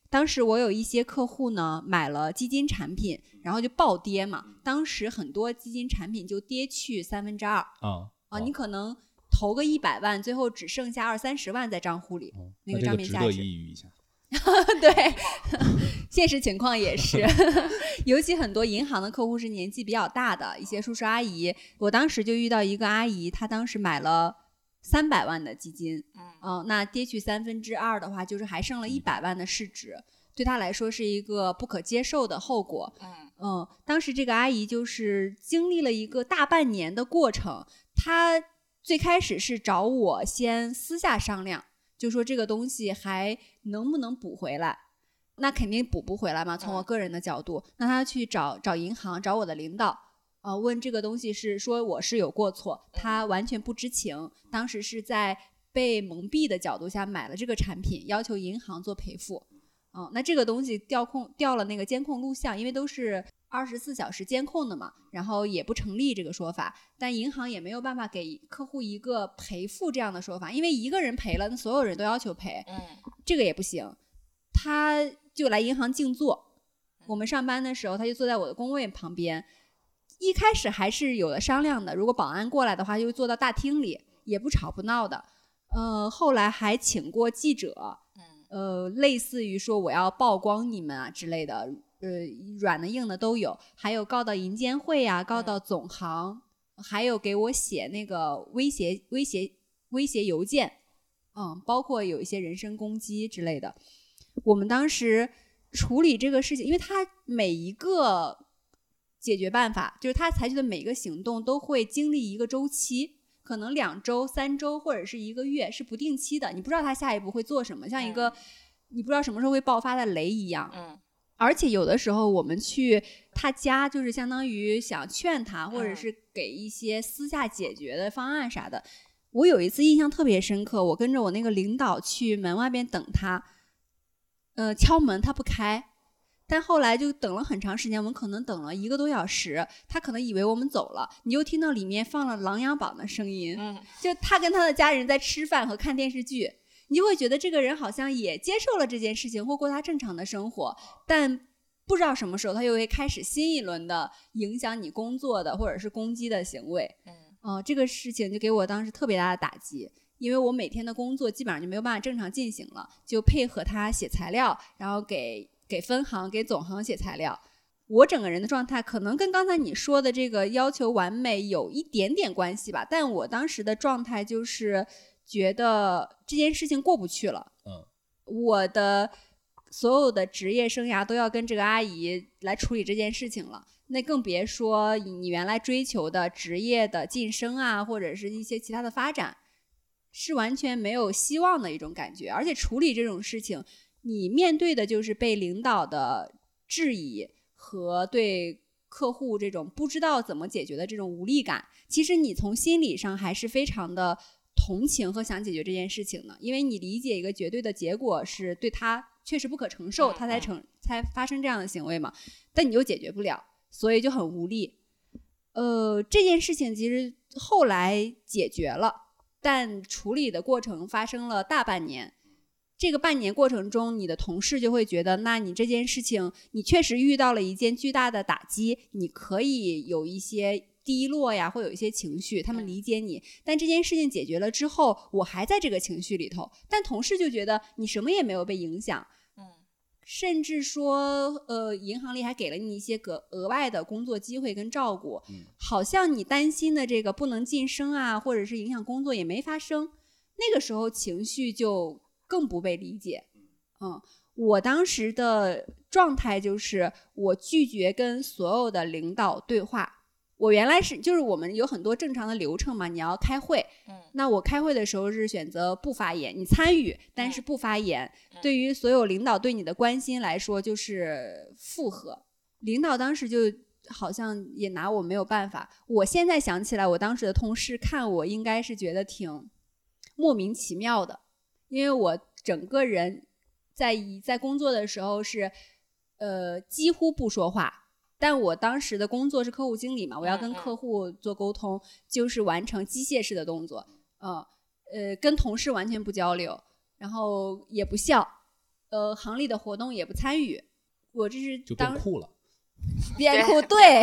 当时我有一些客户呢买了基金产品，然后就暴跌嘛，当时很多基金产品就跌去2/3你可能投个100万，最后只剩下20-30万在账户里，那个账面价值。 这个值得抑郁一下。 对，现实情况也是，尤其很多银行的客户是年纪比较大的一些叔叔阿姨，我当时就遇到一个阿姨，她当时买了300万的基金，那跌去2/3的话，就是还剩了100万的市值，对她来说是一个不可接受的后果。当时这个阿姨就是经历了一个大半年的过程，她最开始是找我先私下商量，就说这个东西还能不能补回来，那肯定补不回来嘛，从我个人的角度，那他去找银行，找我的领导，问这个东西是说我是有过错，他完全不知情，当时是在被蒙蔽的角度下买了这个产品，要求银行做赔付。那这个东西调了那个监控录像，因为都是24小时监控的嘛，然后也不成立这个说法，但银行也没有办法给客户一个赔付这样的说法，因为一个人赔了，那所有人都要求赔，这个也不行。他就来银行静坐，我们上班的时候他就坐在我的工位旁边，一开始还是有的商量的，如果保安过来的话就坐到大厅里，也不吵不闹的。后来还请过记者，类似于说我要曝光你们啊之类的，软的硬的都有，还有告到银监会啊，告到总行，还有给我写那个威胁邮件，包括有一些人身攻击之类的。我们当时处理这个事情，因为他每一个解决办法，就是他采取的每一个行动都会经历一个周期，可能2周、3周或者是1个月，是不定期的，你不知道他下一步会做什么，像一个你不知道什么时候会爆发的雷一样。而且有的时候我们去他家，就是相当于想劝他，或者是给一些私下解决的方案啥的。我有一次印象特别深刻，我跟着我那个领导去门外边等他，敲门他不开，但后来就等了很长时间，我们可能等了1个多小时，他可能以为我们走了，你就听到里面放了《琅琊榜》的声音，就他跟他的家人在吃饭和看电视剧，你就会觉得这个人好像也接受了这件事情，或过他正常的生活，但不知道什么时候他又会开始新一轮的影响你工作的或者是攻击的行为。这个事情就给我当时特别大的打击，因为我每天的工作基本上就没有办法正常进行了，就配合他写材料，然后给分行给总行写材料。我整个人的状态可能跟刚才你说的这个要求完美有一点点关系吧，但我当时的状态就是觉得这件事情过不去了。我的所有的职业生涯都要跟这个阿姨来处理这件事情了，那更别说你原来追求的职业的晋升啊，或者是一些其他的发展，是完全没有希望的一种感觉。而且处理这种事情，你面对的就是被领导的质疑和对客户这种不知道怎么解决的这种无力感。其实你从心理上还是非常的同情和想解决这件事情的，因为你理解一个绝对的结果是对他确实不可承受，他才发生这样的行为嘛，但你又解决不了，所以就很无力。这件事情其实后来解决了，但处理的过程发生了大半年。这个半年过程中，你的同事就会觉得，那你这件事情你确实遇到了一件巨大的打击，你可以有一些低落呀，会有一些情绪，他们理解你，但这件事情解决了之后，我还在这个情绪里头，但同事就觉得你什么也没有被影响，甚至说银行里还给了你一些额外的工作机会跟照顾，好像你担心的这个不能晋升啊，或者是影响工作也没发生，那个时候情绪就更不被理解。我当时的状态就是我拒绝跟所有的领导对话。我原来就是我们有很多正常的流程嘛，你要开会，那我开会的时候是选择不发言，你参与但是不发言，对于所有领导对你的关心来说就是附和。领导当时就好像也拿我没有办法。我现在想起来，我当时的同事看我应该是觉得挺莫名其妙的，因为我整个人在工作的时候是几乎不说话，但我当时的工作是客户经理嘛，我要跟客户做沟通，就是完成机械式的动作，跟同事完全不交流，然后也不笑， 行里的活动也不参与。我这是就变酷了， 变酷，对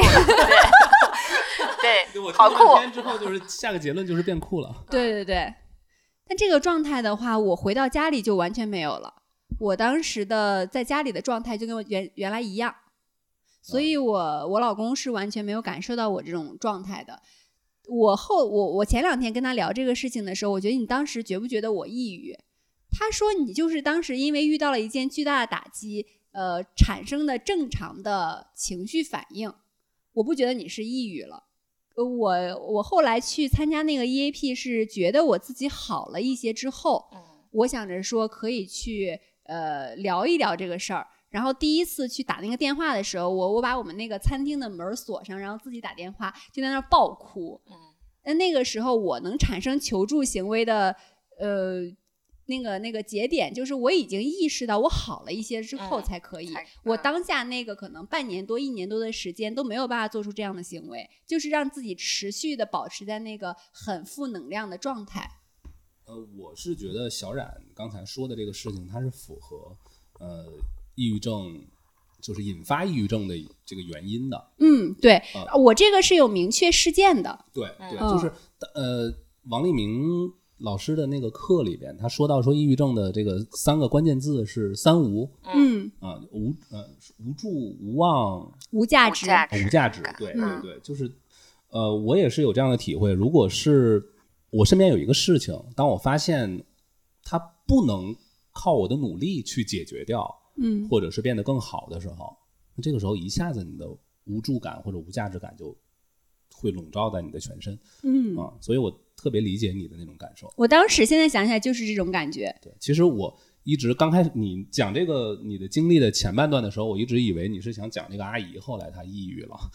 对， 我好酷。 听半天之后就是下个结论就是变酷了。 对对对。但这个状态的话，我回到家里就完全没有了。我当时的在家里的状态就跟我原来一样，所以我老公是完全没有感受到我这种状态的。我前2天跟他聊这个事情的时候，我觉得你当时觉不觉得我抑郁？他说你就是当时因为遇到了一件巨大的打击，产生的正常的情绪反应。我不觉得你是抑郁了。我后来去参加那个 EAP 是觉得我自己好了一些之后，我想着说可以去聊一聊这个事儿。然后第一次去打那个电话的时候，我把我们那个餐厅的门锁上，然后自己打电话，就在那儿爆哭。但那个时候我能产生求助行为的那个节点，就是我已经意识到我好了一些之后才可以。我当下那个可能半年多、1年多的时间都没有办法做出这样的行为，就是让自己持续的保持在那个很负能量的状态。 我是觉得小冉刚才说的这个事情，它是符合抑郁症，就是引发抑郁症的这个原因的。 对，我这个是有明确事件的。 对，就是王立明老师的那个课里边，他说到说抑郁症的这个3个关键字是3无。无助、无望、 无价值。 无价值。对对对，就是我也是有这样的体会。如果是我身边有一个事情，当我发现它不能靠我的努力去解决掉，或者是变得更好的时候，这个时候一下子你的无助感或者无价值感就会笼罩在你的全身。所以我特别理解你的那种感受。 我当时现在想起来就是这种感觉。 对，其实我一直刚开始你讲这个你的经历的前半段的时候，我一直以为你是想讲这个阿姨后来她抑郁了。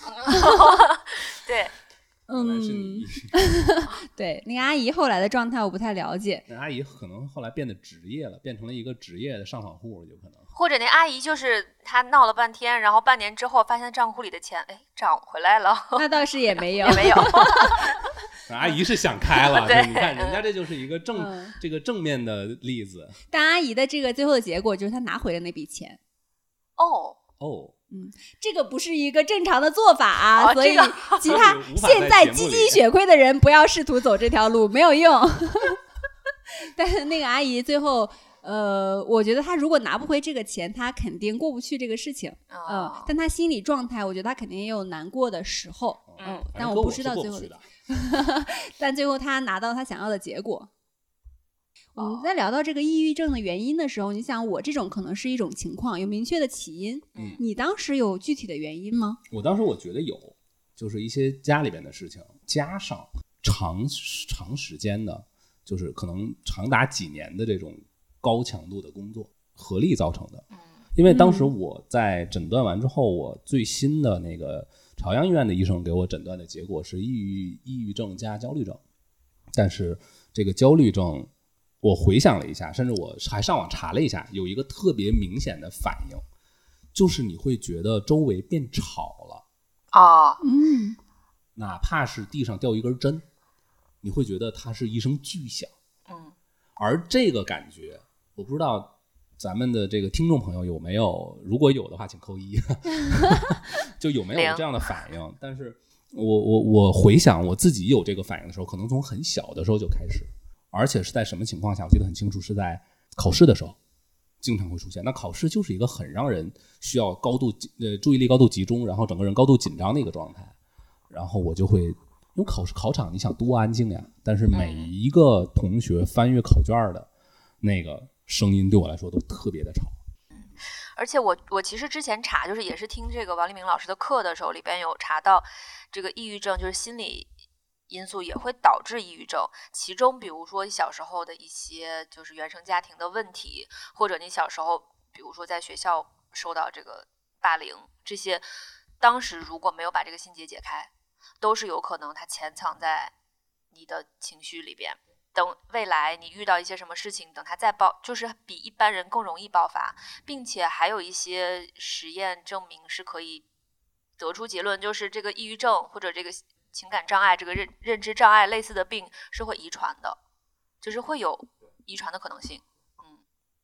对。 原来是你对，那个阿姨后来的状态我不太了解。 那阿姨可能后来变得职业了，变成了一个职业的上访户，有可能。 或者那阿姨就是她闹了半天，然后半年之后发现账户里的钱涨回来了。 那倒是也没有， 也没有。 阿姨是想开了， 对， 你看人家这就是一个这个正面的例子。 但阿姨的这个最后的结果就是她拿回了那笔钱。这个不是一个正常的做法啊，所以其他现在积极血亏的人不要试图走这条路，没有用。但是那个阿姨最后，我觉得她如果拿不回这个钱，她肯定过不去这个事情。但她心理状态，我觉得她肯定也有难过的时候。但我不知道最后的。但最后她拿到她想要的结果。我们在聊到这个抑郁症的原因的时候，你想我这种可能是一种情况，有明确的起因。你当时有具体的原因吗？ 我当时我觉得有，就是一些家里边的事情，加上长时间的，就是可能长达几年的这种高强度的工作合力造成的。因为当时我在诊断完之后，我最新的那个朝阳医院的医生给我诊断的结果是抑郁症加焦虑症，但是这个焦虑症我回想了一下，甚至我还上网查了一下，有一个特别明显的反应，就是你会觉得周围变吵了。哪怕是地上掉一根针，你会觉得它是一声巨响。而这个感觉，我不知道咱们的这个听众朋友有没有，如果有的话请扣1。就有没有这样的反应？但是我回想我自己有这个反应的时候，可能从很小的时候就开始。而且是在什么情况下，我记得很清楚，是在考试的时候经常会出现。那考试就是一个很让人需要注意力高度集中，然后整个人高度紧张的一个状态。然后我就会，因为考场你想多安静呀，但是每一个同学翻阅考卷的那个声音对我来说都特别的吵。 而且我其实之前查，就是也是听这个王立明老师的课的时候，里边有查到这个抑郁症就是心理因素也会导致抑郁症，其中比如说你小时候的一些就是原生家庭的问题，或者你小时候比如说在学校受到这个霸凌，这些当时如果没有把这个心结解开，都是有可能它潜藏在你的情绪里边，等未来你遇到一些什么事情，等它再就是比一般人更容易爆发。并且还有一些实验证明是可以得出结论，就是这个抑郁症或者这个情感障碍，这个认知障碍类似的病是会遗传的，就是会有遗传的可能性。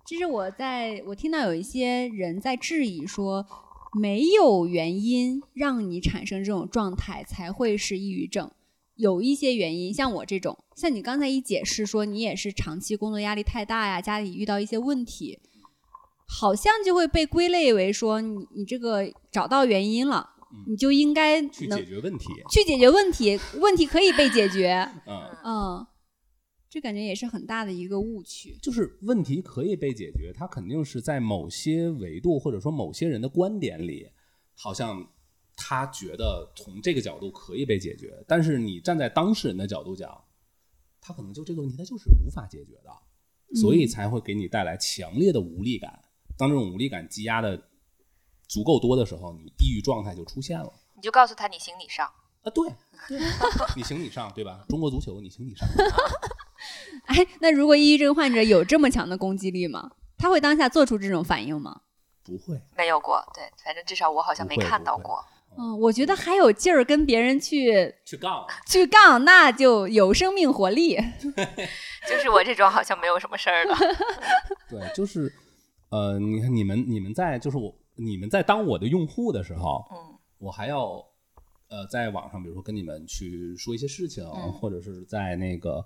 其实我听到有一些人在质疑说，没有原因让你产生这种状态才会是抑郁症。有一些原因，像我这种，像你刚才一解释说你也是长期工作压力太大呀，家里遇到一些问题，好像就会被归类为说你这个找到原因了，你就应该去解决问题， 去解决问题，问题可以被解决。这感觉也是很大的一个误区。 就是问题可以被解决，它肯定是在某些维度或者说某些人的观点里，好像他觉得从这个角度可以被解决，但是你站在当事人的角度讲，他可能就这个问题他就是无法解决的，所以才会给你带来强烈的无力感。当这种无力感积压的足够多的时候，你抑郁状态就出现了。 你就告诉他你行你上啊，对，你行你上，对吧？中国足球你行你上。 哎，那如果抑郁症患者有这么强的攻击力吗？他会当下做出这种反应吗？ 不会， 没有过。对，反正至少我好像没看到过。 我觉得还有劲儿跟别人去杠， 那就有生命活力。 就是我这种好像没有什么事儿了。 对，就是你看你们在就是你们在当我的用户的时候，我还要在网上比如说跟你们去说一些事情，或者是在那个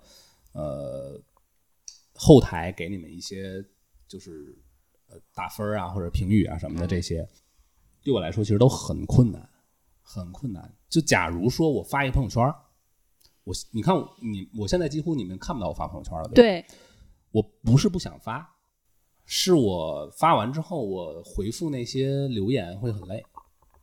后台给你们一些就是打分啊或者评语啊什么的，这些对我来说其实都很困难。就假如说我发一个朋友圈，你看我现在几乎你们看不到我发朋友圈了，对吧？对，我不是不想发，是我发完之后我回复那些留言会很累。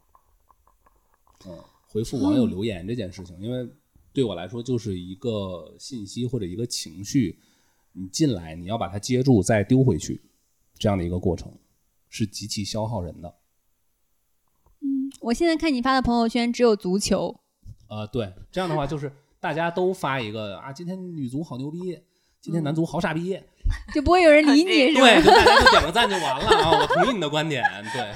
回复网友留言这件事情，因为对我来说就是一个信息或者一个情绪，你进来你要把它接住再丢回去，这样的一个过程是极其消耗人的。 我现在看你发的朋友圈只有足球。 对，这样的话就是大家都发一个啊，今天女足好牛逼，今天男足好傻逼， 就不会有人理你，是吧？ 对，就大家就点个赞就完了啊！我同意你的观点，对。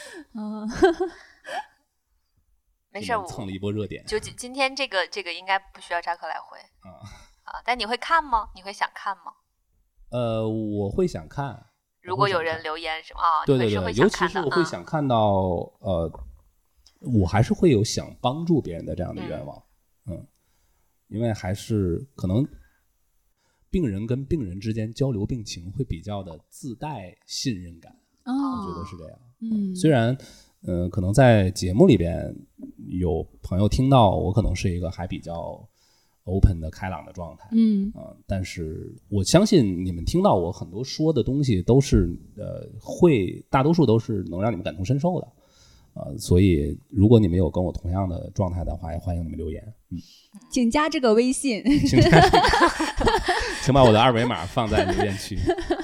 没事， 蹭了一波热点。 就今天这个应该不需要扎克来回但你会看吗？你会想看吗？ 我会想看。 如果有人留言什么对，尤其是我会想看到我还是会有想帮助别人的这样的愿望，因为还是可能病人跟病人之间交流病情会比较的自带信任感，我觉得是这样。虽然可能在节目里边有朋友听到我可能是一个还比较 open 的开朗的状态，但是我相信你们听到我很多说的东西都是大多数都是能让你们感同身受的。所以如果你们有跟我同样的状态的话，也欢迎你们留言。 请加这个微信， 请把我的二维码放在留言区。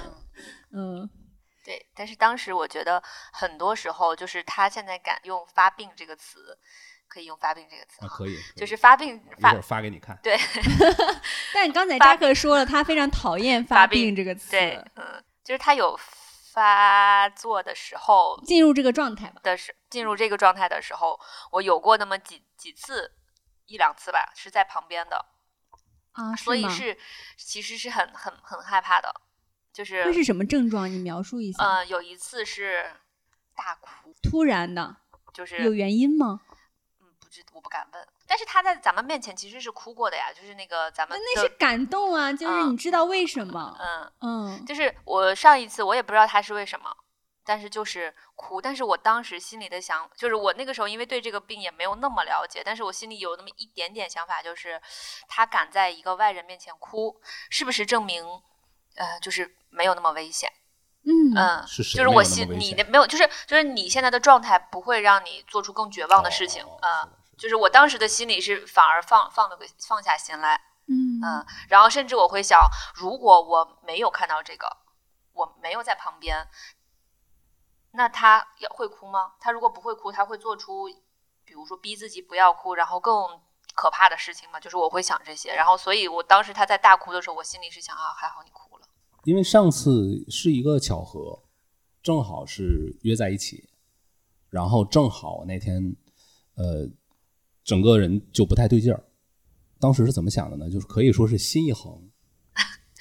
对，但是当时我觉得很多时候就是他现在敢用发病这个词，可以用发病这个词可以， 就是发病一会儿发给你看。 对。 但刚才扎克说了他非常讨厌发病这个词。 对，就是他有发作的时候， 进入这个状态的时候，我有过那么几次1-2次吧，是在旁边的所以其实是很害怕的。就是那是什么症状？你描述一下。 有一次是大哭， 突然的， 就是有原因吗？ 我不敢问。但是他在咱们面前其实是哭过的呀，就是那个咱们那是感动啊，就是你知道为什么？ 就是我上一次我也不知道他是为什么，但是就是哭。但是我当时心里的就是我那个时候因为对这个病也没有那么了解，但是我心里有那么一点点想法，就是他敢在一个外人面前哭，是不是证明就是没有那么危险？就是我你的没有，就是你现在的状态不会让你做出更绝望的事情就是我当时的心里是反而放下心来，然后甚至我会想，如果我没有看到这个，我没有在旁边，那他会哭吗？他如果不会哭，他会做出比如说逼自己不要哭，然后更可怕的事情吗？就是我会想这些，然后所以我当时他在大哭的时候，我心里是想还好你哭了。 因为上次是一个巧合，正好是约在一起，然后正好那天整个人就不太对劲儿。当时是怎么想的呢？就是可以说是心一横，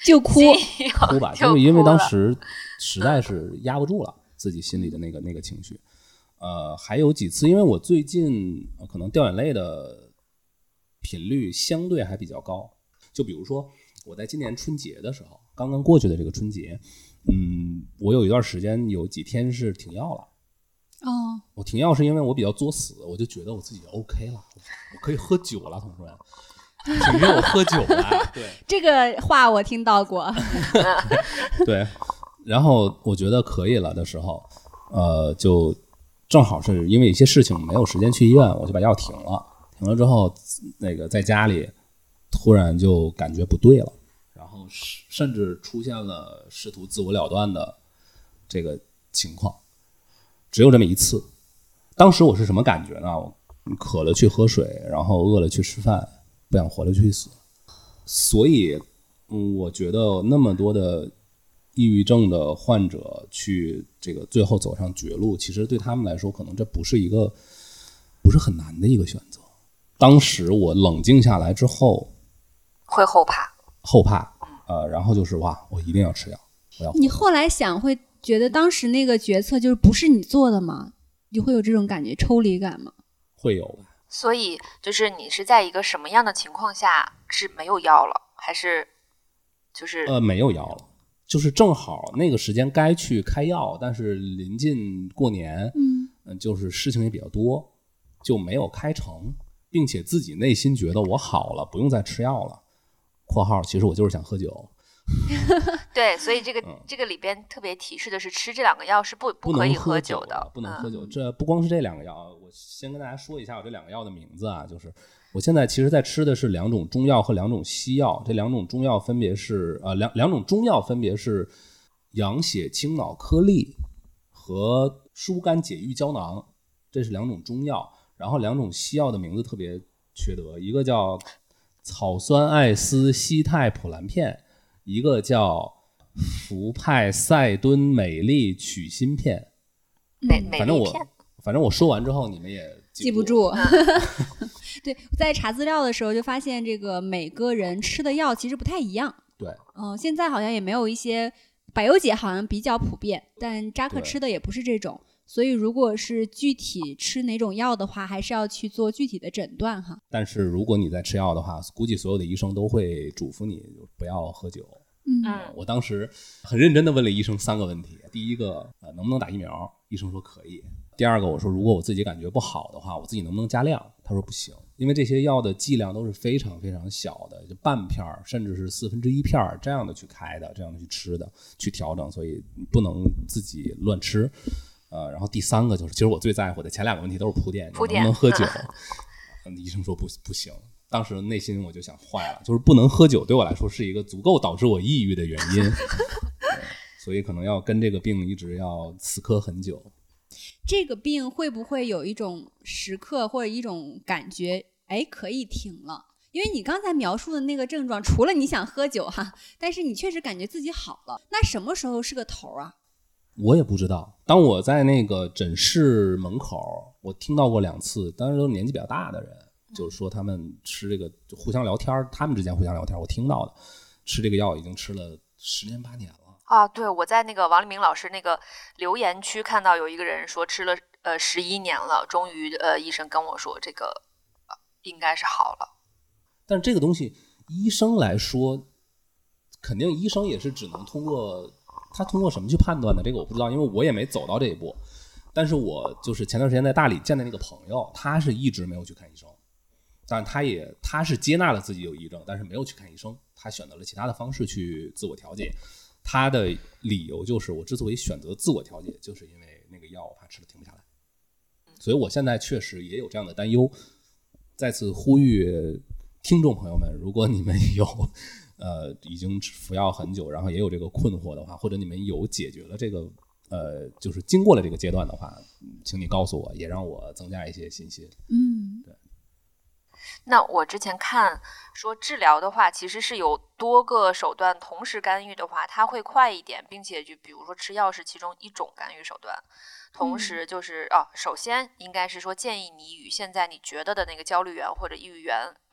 就哭。 哭吧，就是因为当时实在是压不住了自己心里的那个情绪。还有几次，因为我最近可能掉眼泪的频率相对还比较高。就比如说我在今年春节的时候，刚刚过去的这个春节，我有一段时间有几天是停药了。 哦， 我停药是因为我比较作死，我就觉得我自己 OK 了，我可以喝酒了，同志们。请约我喝酒了，对， 这个话我听到过。 对，然后我觉得可以了的时候，就正好是因为一些事情没有时间去医院，我就把药停了。停了之后，那个在家里突然就感觉不对了，然后甚至出现了试图自我了断的这个情况，只有这么一次。当时我是什么感觉呢？我渴了去喝水，然后饿了去吃饭。不想活了去死，所以，我觉得那么多的抑郁症的患者去这个最后走上绝路，其实对他们来说，可能这不是很难的一个选择。当时我冷静下来之后， 会后怕， 然后就是哇，我一定要吃药，我要。 你后来想，会觉得当时那个决策就是不是你做的吗？你会有这种感觉，抽离感吗？ 会有。 所以就是你是在一个什么样的情况下是没有药了，还是就是没有药了，就是正好那个时间该去开药，但是临近过年，就是事情也比较多，就没有开成，并且自己内心觉得我好了，不用再吃药了。（括号其实我就是想喝酒。） 对，所以这个里边特别提示的是，吃这2个药是不可以喝酒的， 不能喝酒。这不光是这2个药，我先跟大家说一下我这2个药的名字啊，就是我现在其实在吃的是2种中药和2种西药，这2种中药分别是两种中药分别是养血清脑颗粒和疏肝解郁胶囊，这是2种中药。然后2种西药的名字特别缺德，一个叫草酸艾司西泰普兰片，一个叫福派赛敦美丽曲芯片。反正我说完之后你们也记不住。对，在查资料的时候就发现这个每个人吃的药其实不太一样。 对， 现在好像也没有一些，百忧解好像比较普遍，但扎克吃的也不是这种。所以如果是具体吃哪种药的话，还是要去做具体的诊断哈。 但是如果你在吃药的话，估计所有的医生都会嘱咐你不要喝酒。我当时很认真的问了医生3个问题。第一个，能不能打疫苗？医生说可以。第二个，我说如果我自己感觉不好的话，我自己能不能加量？他说不行，因为这些药的剂量都是非常非常小的，就半片甚至是1/4片这样的去开的，这样的去吃的，去调整，所以不能自己乱吃。然后第3个就是，其实我最在乎的前2个问题都是铺垫，能不能喝酒？医生说不行。当时内心我就想坏了，就是不能喝酒对我来说是一个足够导致我抑郁的原因，所以可能要跟这个病一直要死磕很久。 这个病会不会有一种时刻或者一种感觉，可以停了？因为你刚才描述的那个症状，除了你想喝酒哈，但是你确实感觉自己好了，那什么时候是个头啊？ 我也不知道。当我在那个诊室门口，我听到过2次，当时都是年纪比较大的人，就是说他们吃这个就互相聊天，他们之间互相聊天，我听到的，吃这个药已经吃了10年8年了。 啊，对，我在那个王立明老师那个留言区看到有一个人说吃了11年了，终于医生跟我说这个应该是好了。 但是这个东西医生来说，肯定医生也是只能通过什么去判断的，这个我不知道，因为我也没走到这一步。但是我就是前段时间在大理见的那个朋友，他是一直没有去看医生，但他是接纳了自己有抑郁症，但是没有去看医生，他选择了其他的方式去自我调节。他的理由就是，我之所以选择自我调节，就是因为那个药我怕吃了停不下来。所以我现在确实也有这样的担忧。再次呼吁听众朋友们，如果你们有已经服药很久，然后也有这个困惑的话，或者你们有解决了这个就是经过了这个阶段的话，请你告诉我，也让我增加一些信心。对。 那我之前看说治疗的话，其实是有多个手段同时干预的话，它会快一点，并且就比如说吃药是其中一种干预手段。同时就是首先应该是说建议你与现在你觉得的那个焦虑源或者抑郁源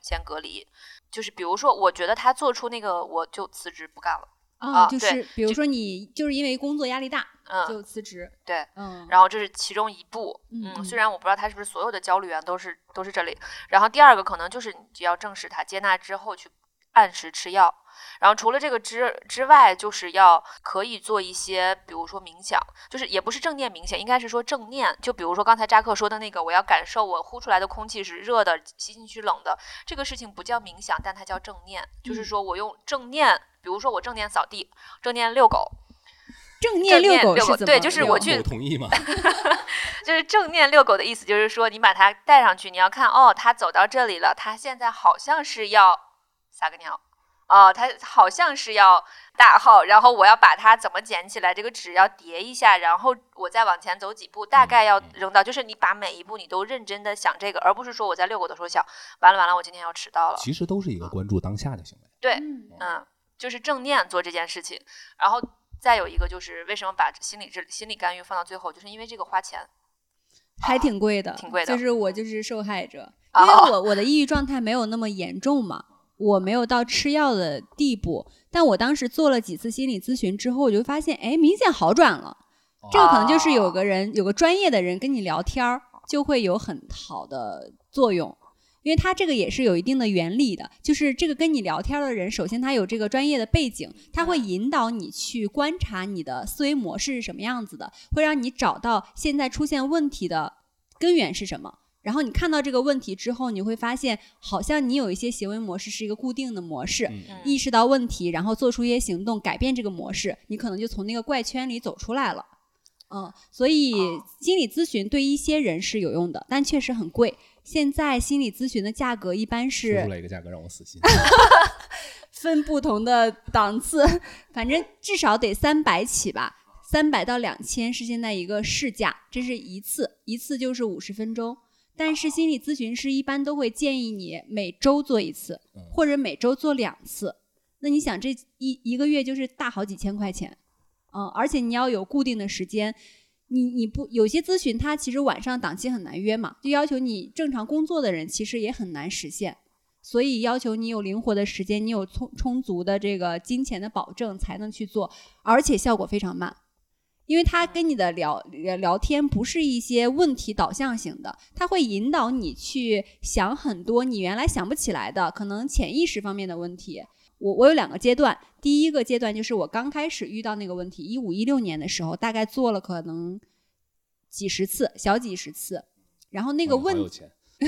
先隔离。就是比如说，我觉得他做出那个，我就辞职不干了。 就是比如说你就是因为工作压力大，就辞职。 对，然后这是其中一步。虽然我不知道他是不是所有的焦虑源都是这里。然后第二个可能就是你就要正视它，接纳之后去按时吃药。然后除了这个之外，就是要可以做一些，比如说冥想，就是也不是正念冥想，应该是说正念。就比如说刚才扎克说的那个，我要感受我呼出来的空气是热的，吸进去冷的，这个事情不叫冥想，但它叫正念。就是说我用正念，比如说我正念扫地，正念遛狗。 正念遛狗是怎么？ 对，就是我去同意吗？ 就是正念遛狗的意思，就是说你把它带上去，你要看它走到这里了，它现在好像是要撒个尿。它好像是要大号，然后我要把它怎么捡起来，这个纸要叠一下，然后我再往前走几步，大概要扔到，就是你把每一步你都认真的想这个，而不是说我在遛狗的时候想完了我今天要迟到了。 其实都是一个关注当下的行为。 对，就是正念做这件事情。然后再有一个就是为什么把心理干预放到最后，就是因为这个花钱还挺贵的， 挺贵的。 就是我就是受害者，因为我的抑郁状态没有那么严重嘛。我没有到吃药的地步，但我当时做了几次心理咨询之后，我就发现，明显好转了。这个可能就是有个专业的人跟你聊天，就会有很好的作用，因为他这个也是有一定的原理的。就是这个跟你聊天的人，首先他有这个专业的背景，他会引导你去观察你的思维模式是什么样子的，会让你找到现在出现问题的根源是什么。然后你看到这个问题之后，你会发现好像你有一些行为模式是一个固定的模式，意识到问题，然后做出一些行动，改变这个模式，你可能就从那个怪圈里走出来了。所以心理咨询对一些人是有用的，但确实很贵。现在心理咨询的价格一般是说出来一个价格让我死心分不同的档次，反正至少得300起吧，300到2000是现在一个市价，这是一次就是50分钟。但是心理咨询师一般都会建议你每周做一次，或者每周做2次。那你想这一个月就是大好几千块钱，而且你要有固定的时间。你不有些咨询它其实晚上档期很难约嘛，就要求你正常工作的人其实也很难实现，所以要求你有灵活的时间，你有充足的这个金钱的保证才能去做，而且效果非常慢。因为他跟你的聊天不是一些问题导向型的，他会引导你去想很多你原来想不起来的可能潜意识方面的问题。我有2个阶段，第一个阶段就是我刚开始遇到那个问题，15、16年的时候，大概做了可能小几十次，然后那个问题，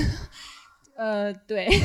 对。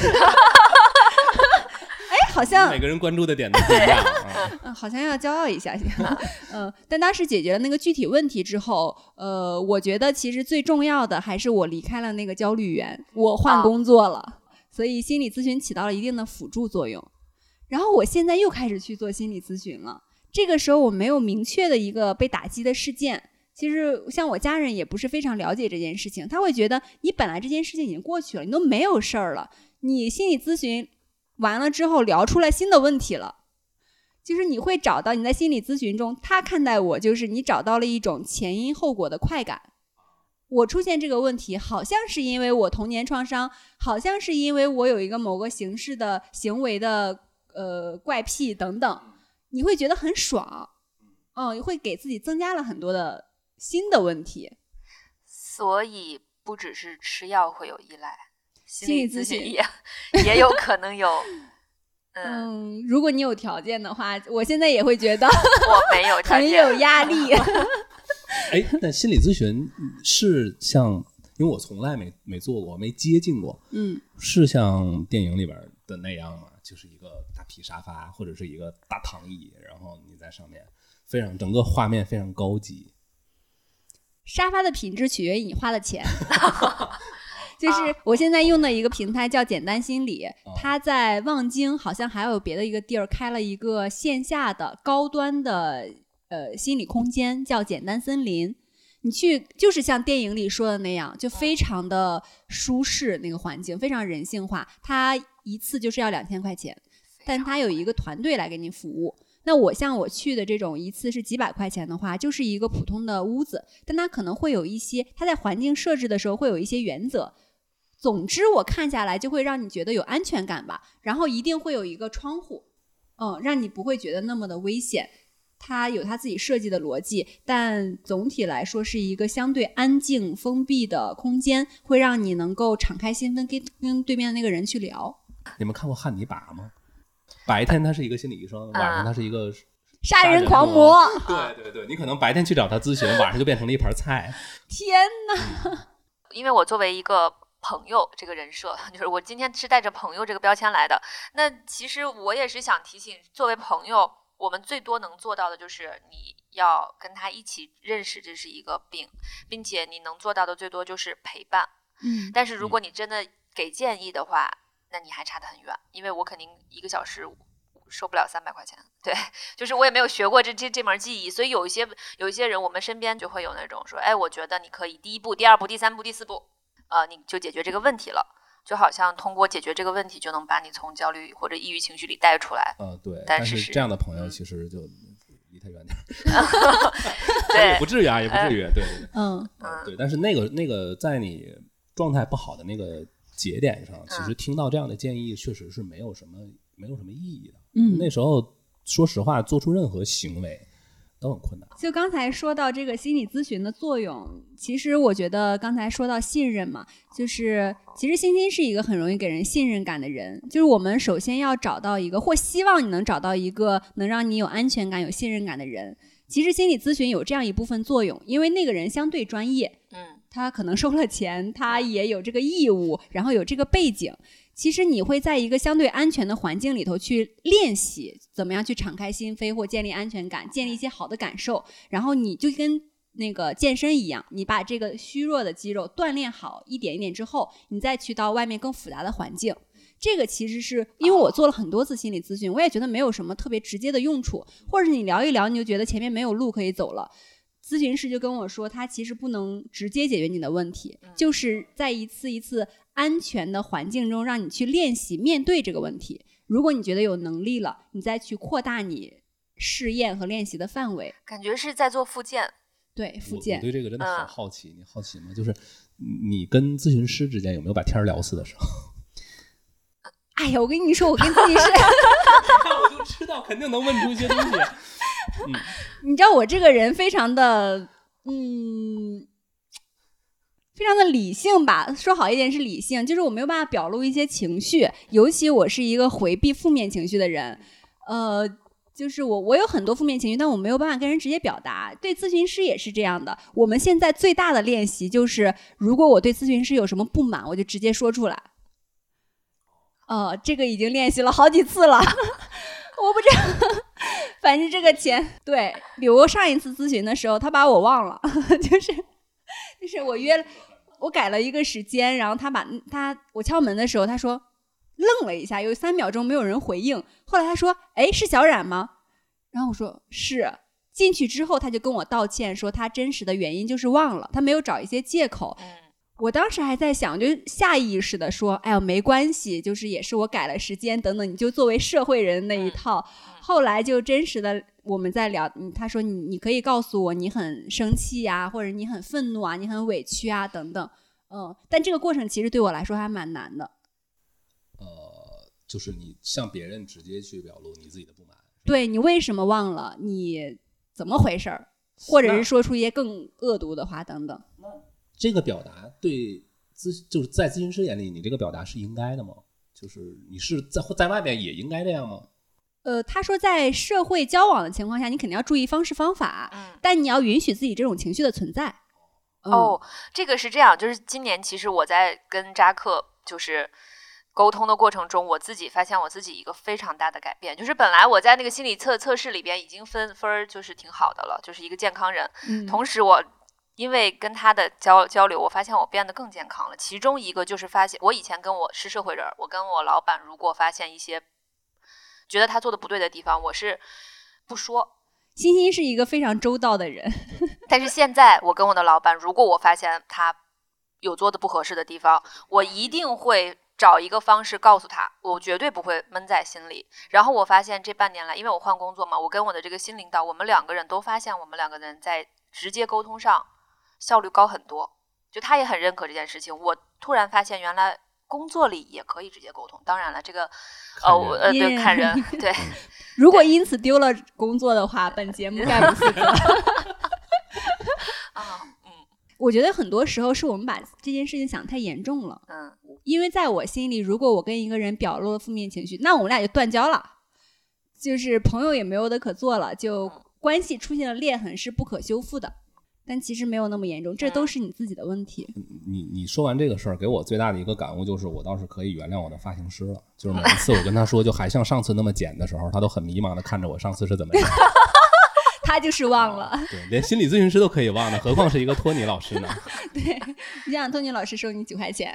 好像每个人关注的点都不一样好像要骄傲一下但当时解决了那个具体问题之后，我觉得其实最重要的还是我离开了那个焦虑源，我换工作了，所以心理咨询起到了一定的辅助作用。然后我现在又开始去做心理咨询了，这个时候我没有明确的一个被打击的事件，其实像我家人也不是非常了解这件事情，他会觉得你本来这件事情已经过去了，你都没有事儿了，你心理咨询完了之后聊出来新的问题了，就是你会找到你在心理咨询中，他看待我就是你找到了一种前因后果的快感。我出现这个问题好像是因为我童年创伤，好像是因为我有一个某个形式的行为的怪癖等等，你会觉得很爽，会给自己增加了很多的新的问题。 所以不只是吃药会有依赖， 心理咨询也有可能有如果你有条件的话，我现在也会觉得我没有条件很有压力但心理咨询是像，因为我从来没做过，没接近过，是像电影里边的那样吗？就是一个大皮沙发或者是一个大躺椅，然后你在上面，整个画面非常高级。 沙发的品质取决于你花的钱就是我现在用的一个平台叫简单心理，它在望京好像还有别的一个地儿开了一个线下的高端的心理空间，叫简单森林。你去就是像电影里说的那样，就非常的舒适，那个环境非常人性化，它一次就是要2000块钱，但它有一个团队来给你服务。那我去的这种一次是几百块钱的话，就是一个普通的屋子，但它可能会有一些，它在环境设置的时候会有一些原则， 总之我看下来就会让你觉得有安全感吧，然后一定会有一个窗户，让你不会觉得那么的危险。它有它自己设计的逻辑，但总体来说是一个相对安静封闭的空间，会让你能够敞开心扉跟对面的那个人去聊。 你们看过汉尼拔吗？白天他是一个心理医生，晚上他是一个杀人狂魔。 对对对，你可能白天去找他咨询，晚上就变成了一盘菜。 天哪！ 因为我作为一个朋友这个人设，就是我今天是带着朋友这个标签来的。那其实我也是想提醒，作为朋友，我们最多能做到的就是你要跟他一起认识这是一个病，并且你能做到的最多就是陪伴。但是如果你真的给建议的话，那你还差得很远，因为我肯定1个小时收不了300块钱。对，就是我也没有学过这门技艺，所以有一些人，我们身边就会有那种说，哎，我觉得你可以第1步、第2步、第3步、第4步，你就解决这个问题了。就好像通过解决这个问题，就能把你从焦虑或者抑郁情绪里带出来。 对， 但是这样的朋友其实就离他远点。 对， 也不至于啊，也不至于。对， 对， 但是那个在你状态不好的那个节点上，其实听到这样的建议，确实是没有什么意义的。那时候说实话，做出任何行为都很困难。 就刚才说到这个心理咨询的作用，其实我觉得刚才说到信任嘛，就是其实欣欣是一个很容易给人信任感的人，就是我们首先要找到一个，或希望你能找到一个能让你有安全感、有信任感的人。其实心理咨询有这样一部分作用，因为那个人相对专业，他可能收了钱，他也有这个义务，然后有这个背景。其实你会在一个相对安全的环境里头去练习怎么样去敞开心扉或建立安全感，建立一些好的感受，然后你就跟那个健身一样，你把这个虚弱的肌肉锻炼好一点一点之后，你再去到外面更复杂的环境。这个其实是因为我做了很多次心理咨询，我也觉得没有什么特别直接的用处，或者是你聊一聊你就觉得前面没有路可以走了，咨询师就跟我说他其实不能直接解决你的问题，就是在一次一次安全的环境中让你去练习面对这个问题，如果你觉得有能力了，你再去扩大你试验和练习的范围。 感觉是在做复健。 对，复健。 我对这个真的好好奇。你好奇吗？就是你跟咨询师之间有没有把天聊死的时候？ 哎呀，我跟你说，我跟咨询师我就知道肯定能问出一些东西。 你知道我这个人非常的非常的理性吧，说好一点是理性，就是我没有办法表露一些情绪，尤其我是一个回避负面情绪的人，就是我有很多负面情绪，但我没有办法跟人直接表达。对咨询师也是这样的，我们现在最大的练习就是，如果我对咨询师有什么不满，我就直接说出来。这个已经练习了好几次了，我不知道，反正这个对，比如上一次咨询的时候，他把我忘了，就是我改了一个时间，然后我敲门的时候，他说愣了一下，有3秒钟没有人回应，后来他说，哎，是小冉吗？然后我说是。进去之后他就跟我道歉，说他真实的原因就是忘了，他没有找一些借口。我当时还在想，就下意识的说，哎呦没关系，就是也是我改了时间等等，你就作为社会人那一套。后来就真实的我们在聊，他说你可以告诉我你很生气啊，或者你很愤怒啊，你很委屈啊等等。但这个过程其实对我来说还蛮难的。 就是你向别人直接去表露你自己的不满。 对，你为什么忘了？你怎么回事儿？或者是说出一些更恶毒的话等等。 这个表达就是在咨询师眼里，你这个表达是应该的吗？就是你是在外面也应该这样吗？ 他说在社会交往的情况下，你肯定要注意方式方法，但你要允许自己这种情绪的存在。 这个是这样，就是今年其实我在跟扎克就是沟通的过程中，我自己发现我自己一个非常大的改变，就是本来我在那个心理测试里边已经分就是挺好的了，就是一个健康人，同时我因为跟他的交流，我发现我变得更健康了。其中一个就是发现，我以前我是社会人，我跟我老板如果发现一些觉得他做的不对的地方，我是不说。 欣欣是一个非常周到的人， 但是现在我跟我的老板，如果我发现他有做的不合适的地方，我一定会找一个方式告诉他，我绝对不会闷在心里。然后我发现这半年来，因为我换工作嘛，我跟我的这个新领导，我们2个人都发现我们2个人在直接沟通上效率高很多，就他也很认可这件事情。我突然发现原来工作里也可以直接沟通。当然了，这个对，看人对。 如果因此丢了工作的话，本节目概不负责。我觉得很多时候是我们把这件事情想太严重了。因为在我心里，如果我跟一个人表露了负面情绪，那我们俩就断交了，就是朋友也没有的可做了，就关系出现了裂痕，是不可修复的。但其实没有那么严重，这都是你自己的问题。 你说完这个事儿，给我最大的一个感悟就是，我倒是可以原谅我的发型师了。就是每一次我跟他说，就还像上次那么剪的时候，他都很迷茫的看着我上次是怎么样。 他就是忘了。 对，连心理咨询师都可以忘的，何况是一个托尼老师呢？ 对，你想托尼老师收你9块钱。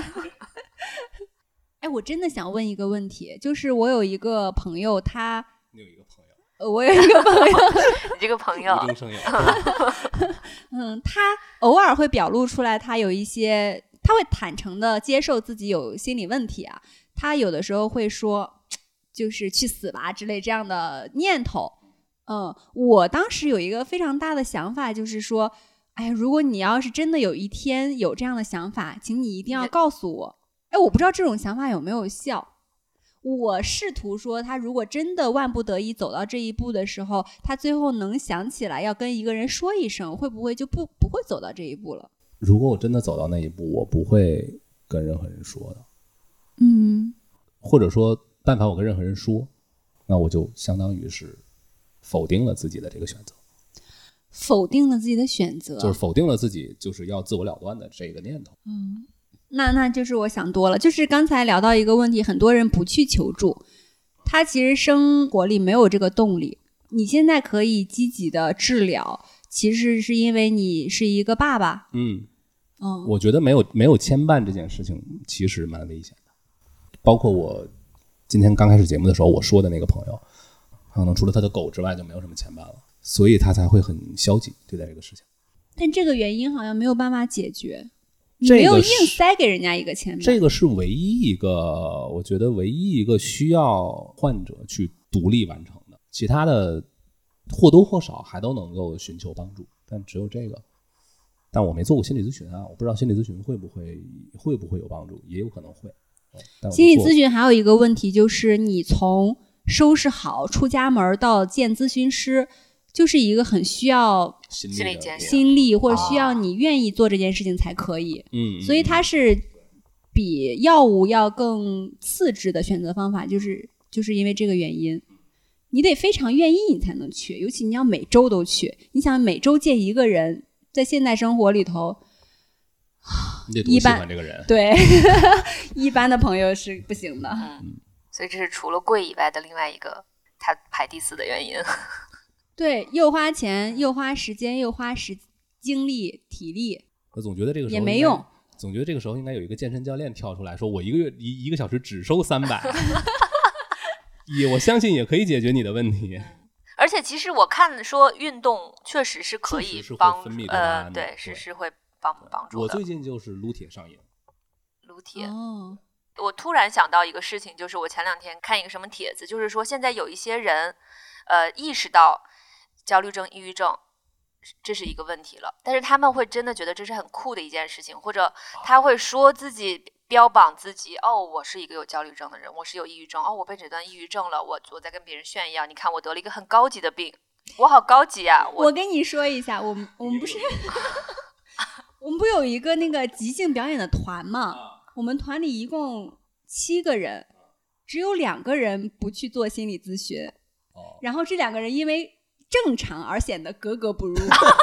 哎，我真的想问一个问题，就是我有一个朋友， 你有一个朋友？ 我有一个朋友。 你这个朋友？ 无中生有。 他偶尔会表露出来，他有一些，他会坦诚的接受自己有心理问题啊。他有的时候会说，就是去死吧之类这样的念头。我当时有一个非常大的想法，就是说，哎，如果你要是真的有一天有这样的想法，请你一定要告诉我。哎，我不知道这种想法有没有效。我试图说，他如果真的万不得已走到这一步的时候，他最后能想起来要跟一个人说一声，会不会就不会走到这一步了？ 如果我真的走到那一步，我不会跟任何人说的。或者说，但凡我跟任何人说，那我就相当于是否定了自己的这个选择， 否定了自己的选择， 就是否定了自己就是要自我了断的这个念头。 那就是我想多了。就是刚才聊到一个问题，很多人不去求助，他其实生活里没有这个动力。你现在可以积极的治疗，其实是因为你是一个爸爸。我觉得没有牵绊这件事情其实蛮危险的。包括我今天刚开始节目的时候我说的那个朋友，可能除了他的狗之外就没有什么牵绊了，所以他才会很消极对待这个事情。但这个原因好像没有办法解决，你没有硬塞给人家一个牵绊。这个是唯一一个，我觉得唯一一个需要患者去独立完成的，其他的或多或少还都能够寻求帮助，但只有这个。但我没做过心理咨询啊，我不知道心理咨询会不会有帮助，也有可能会。心理咨询还有一个问题就是，你从收拾好出家门到见咨询师，就是一个很需要心力或者需要你愿意做这件事情才可以。所以它是比药物要更次之的选择方法，就是因为这个原因，你得非常愿意你才能去，尤其你要每周都去。你想每周见一个人，在现代生活里头，你得多喜欢这个人。对，一般的朋友是不行的。 所以这是除了贵以外的另外一个他排第4的原因。 对，又花钱又花时间又花精力体力，我总觉得这个时候也没用。总觉得这个时候应该有一个健身教练跳出来说，我一个小时只收300。我相信也可以解决你的问题。 而且其实我看说运动确实是可以帮分泌多巴胺，对，是会帮助的。 我最近就是撸铁上瘾。 撸铁。我突然想到一个事情，就是我前2天看一个什么帖子，就是说现在有一些人意识到焦虑症、抑郁症这是一个问题了，但是他们会真的觉得这是很酷的一件事情，或者他会说自己标榜自己，我是一个有焦虑症的人，我是有抑郁症，我被诊断抑郁症了，我在跟别人炫耀，你看我得了一个很高级的病，我好高级啊！我跟你说一下，我们不是我们不有一个那个即兴表演的团吗？我们团里一共7个人，只有2个人不去做心理咨询，然后这2个人因为正常而显得格格不入。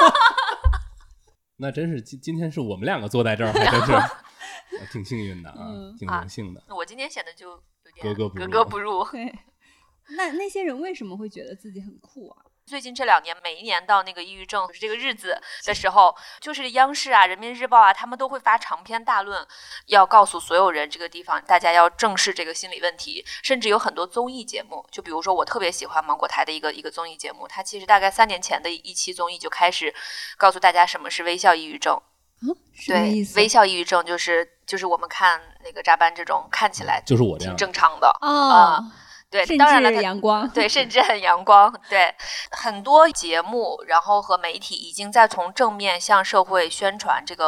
那真是今天是我们2个坐在这儿，还真是挺幸运的啊，挺荣幸的。我今天显得就有点格格不入。对，那些人为什么会觉得自己很酷啊？最近这2年，每一年到那个抑郁症这个日子的时候，就是央视啊、人民日报啊，他们都会发长篇大论，要告诉所有人这个地方大家要正视这个心理问题。甚至有很多综艺节目，就比如说我特别喜欢芒果台的一个综艺节目，它其实大概3年前的一期综艺就开始告诉大家什么是微笑抑郁症。对，微笑抑郁症就是我们看那个扎班这种看起来就是我这样挺正常的对，当然了，阳光，对，甚至很阳光。对，很多节目，然后和媒体已经在从正面向社会宣传这个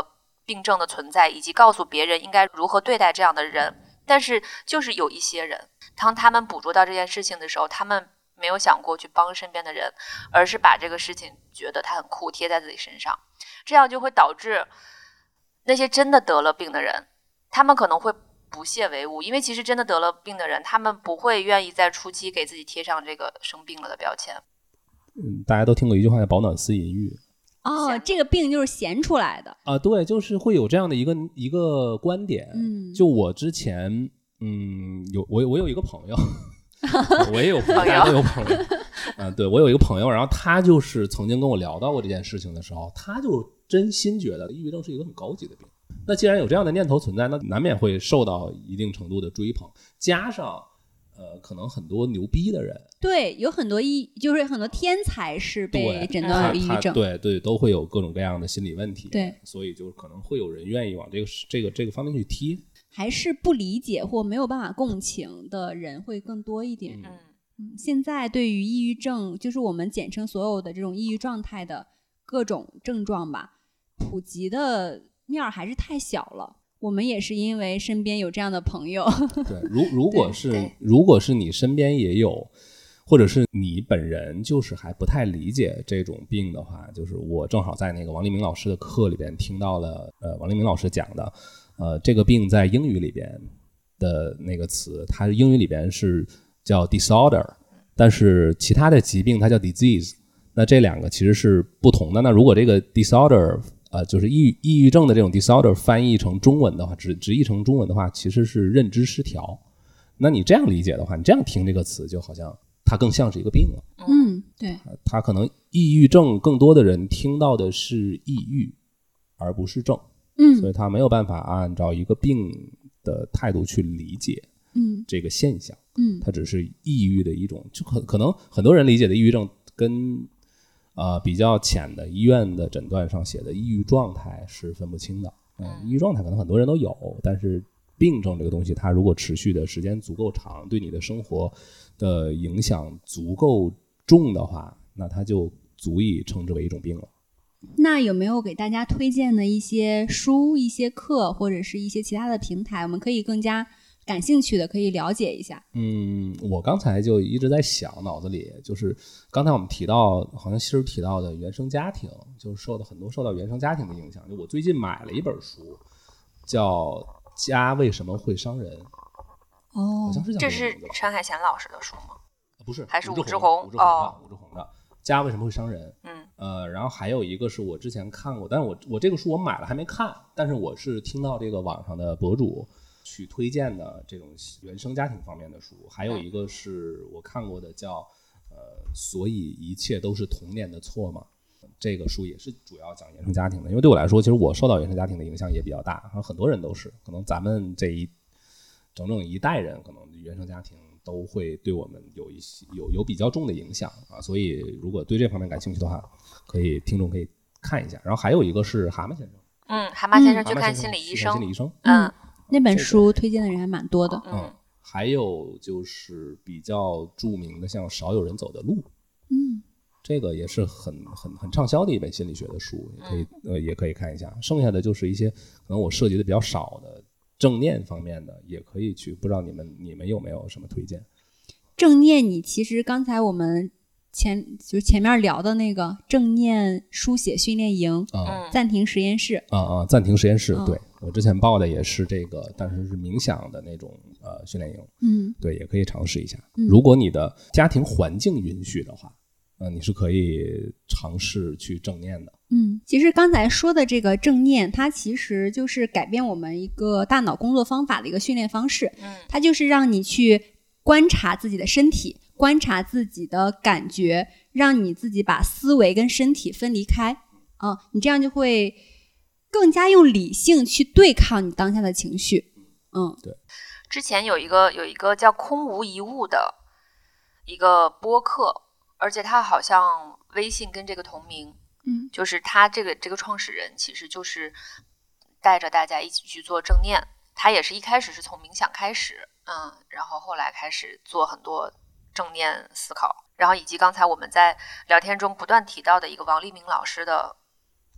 病症的存在，以及告诉别人应该如何对待这样的人。但是就是有一些人，当他们捕捉到这件事情的时候，他们没有想过去帮身边的人，而是把这个事情觉得它很酷，贴在自己身上，这样就会导致那些真的得了病的人，他们可能会不屑为伍，因为其实真的得了病的人，他们不会愿意在初期给自己贴上这个生病了的标签。 大家都听过一句话叫保暖思淫欲哦，这个病就是闲出来的啊，对，就是会有这样的一个观点。就我之前我有一个朋友我也有朋友，大家都有朋友对，我有一个朋友，然后他就是曾经跟我聊到过这件事情的时候，他就真心觉得抑郁症是一个很高级的病。那既然有这样的念头存在，那难免会受到一定程度的追捧，加上可能很多牛逼的人， 对，有很多就是很多天才是被诊断有抑郁症， 对对，都会有各种各样的心理问题， 对， 所以就可能会有人愿意往这个方面去踢。 还是不理解或没有办法共情的人会更多一点。现在对于抑郁症，就是我们简称所有的这种抑郁状态的各种症状吧，普及的面还是太小了。我们也是因为身边有这样的朋友。 对，如果是你身边也有，或者是你本人就是还不太理解这种病的话，就是我正好在那个王立明老师的课里边听到了王立明老师讲的这个病在英语里边的那个词，它英语里边是叫 disorder， 但是其他的疾病它叫 disease， 那这两个其实是不同的。那如果这个 disorder就是抑郁症的这种 disorder 翻译成中文的话，直译成中文的话，其实是认知失调。那你这样理解的话，你这样听这个词，就好像它更像是一个病了。 对， 它可能抑郁症更多的人听到的是抑郁，而不是症。所以他没有办法按照一个病的态度去理解这个现象。它只是抑郁的一种，就可能很多人理解的抑郁症跟比较浅的医院的诊断上写的抑郁状态是分不清的。抑郁状态可能很多人都有，但是病症这个东西，它如果持续的时间足够长，对你的生活的影响足够重的话，那它就足以称之为一种病了。 那有没有给大家推荐的一些书、一些课，或者是一些其他的平台，我们可以更加感兴趣的可以了解一下？ 我刚才就一直在想，脑子里就是刚才我们提到，好像其实提到的原生家庭，就是受到原生家庭的影响。就我最近买了一本书，叫《家为什么会伤人》。好像是这是陈海贤老师的书吗？ 不是， 还是武志红的 《家为什么会伤人》。然后还有一个是我之前看过，但是我这个书我买了还没看，但是我是听到这个网上的博主去推荐的这种原生家庭方面的书。还有一个是我看过的叫所以一切都是童年的错嘛，这个书也是主要讲原生家庭的。因为对我来说，其实我受到原生家庭的影响也比较大，很多人都是，可能咱们这整整一代人，可能原生家庭都会对我们有比较重的影响啊。所以如果对这方面感兴趣的话，听众可以看一下。然后还有一个是蛤蟆先生， 蛤蟆先生去看心理医生， 那本书推荐的人还蛮多的。 还有就是比较著名的像少有人走的路，这个也是很畅销的一本心理学的书，也可以看一下。剩下的就是一些可能我涉及的比较少的正念方面的，也可以去。不知道你们有没有什么推荐？ 正念，你其实刚才我们前面聊的那个正念书写训练营，暂停实验室暂停实验室，对，我之前报的也是这个，但是是冥想的那种训练营，对，也可以尝试一下。如果你的家庭环境允许的话，你是可以尝试去正念的。 其实刚才说的这个正念，它其实就是改变我们一个大脑工作方法的一个训练方式。它就是让你去观察自己的身体，观察自己的感觉，让你自己把思维跟身体分离开。你这样就会更加用理性去对抗你当下的情绪。 对。 之前有一个叫空无一物的一个播客，而且他好像微信跟这个同名。就是他这个创始人其实就是带着大家一起去做正念。他也是一开始是从冥想开始，然后后来开始做很多正念思考，然后以及刚才我们在聊天中不断提到的一个王立明老师的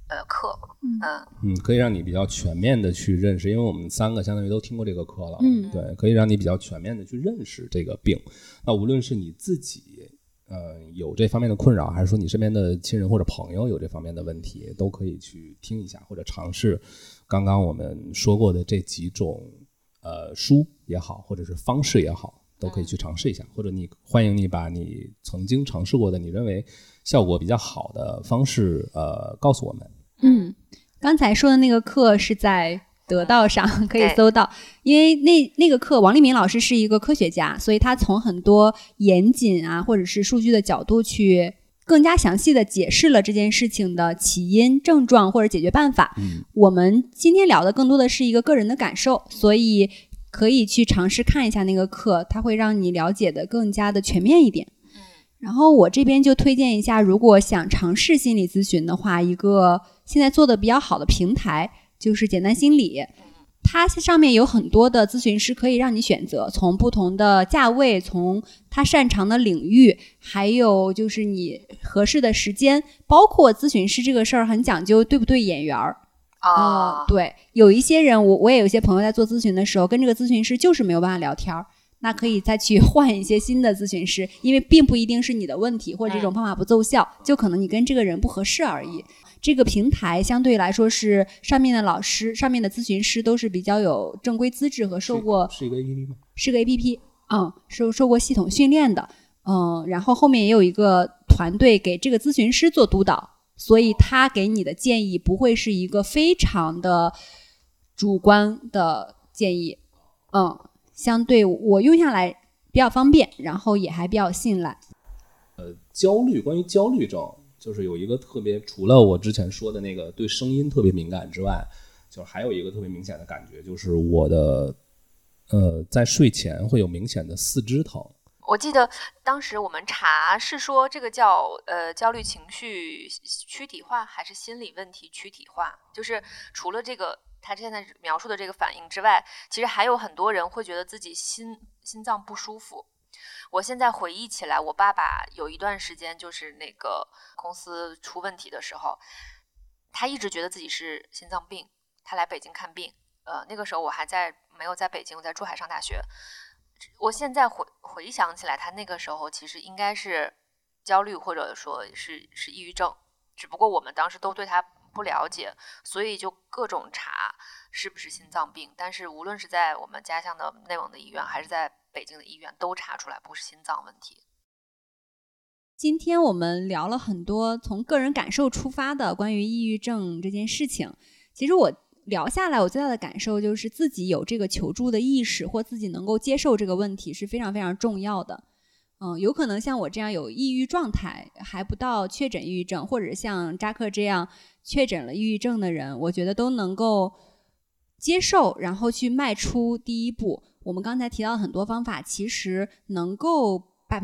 课， 可以让你比较全面的去认识，因为我们3个相当于都听过这个课了，对，可以让你比较全面的去认识这个病。那无论是你自己有这方面的困扰，还是说你身边的亲人或者朋友有这方面的问题，都可以去听一下，或者尝试刚刚我们说过的这几种书也好，或者是方式也好，都可以去尝试一下，或者欢迎你把你曾经尝试过的你认为效果比较好的方式告诉我们。 刚才说的那个课是在得到上可以搜到，因为那个课王立明老师是一个科学家，所以他从很多严谨啊或者是数据的角度去更加详细的解释了这件事情的起因、症状或者解决办法。我们今天聊的更多的是一个个人的感受，所以可以去尝试看一下那个课，它会让你了解的更加的全面一点。然后我这边就推荐一下，如果想尝试心理咨询的话，一个现在做的比较好的平台就是简单心理，它上面有很多的咨询师可以让你选择，从不同的价位，从他擅长的领域，还有就是你合适的时间，包括咨询师这个事儿很讲究对不对眼缘儿。对，有一些人我也有些朋友在做咨询的时候跟这个咨询师就是没有办法聊天，那可以再去换一些新的咨询师，因为并不一定是你的问题或者这种方法不奏效，就可能你跟这个人不合适而已。这个平台相对来说是上面的老师、上面的咨询师都是比较有正规资质和受过， 是一个 APP 吗？ 是个 APP，受过系统训练的，然后后面也有一个团队给这个咨询师做督导，所以他给你的建议不会是一个非常的主观的建议，相对我用下来比较方便，然后也还比较信赖。 关于焦虑症，就是有一个特别，除了我之前说的那个对声音特别敏感之外，就是还有一个特别明显的感觉，就是我的在睡前会有明显的四肢疼。 我记得当时我们查是说这个叫焦虑情绪躯体化还是心理问题躯体化，就是除了这个他现在描述的这个反应之外，其实还有很多人会觉得自己心脏不舒服。我现在回忆起来，我爸爸有一段时间就是那个公司出问题的时候，他一直觉得自己是心脏病，他来北京看病。那个时候我没有在北京，我在珠海上大学。我现在回想起来，他那个时候其实应该是焦虑，或者说是抑郁症，只不过我们当时都对他不了解，所以就各种查是不是心脏病。但是无论是在我们家乡的内蒙的医院，还是在北京的医院，都查出来不是心脏问题。 今天我们聊了很多从个人感受出发的关于抑郁症这件事情。其实我聊下来，我最大的感受就是自己有这个求助的意识，或自己能够接受这个问题是非常非常重要的。有可能像我这样有抑郁状态还不到确诊抑郁症，或者像扎克这样确诊了抑郁症的人，我觉得都能够接受，然后去迈出第一步。我们刚才提到很多方法，其实能够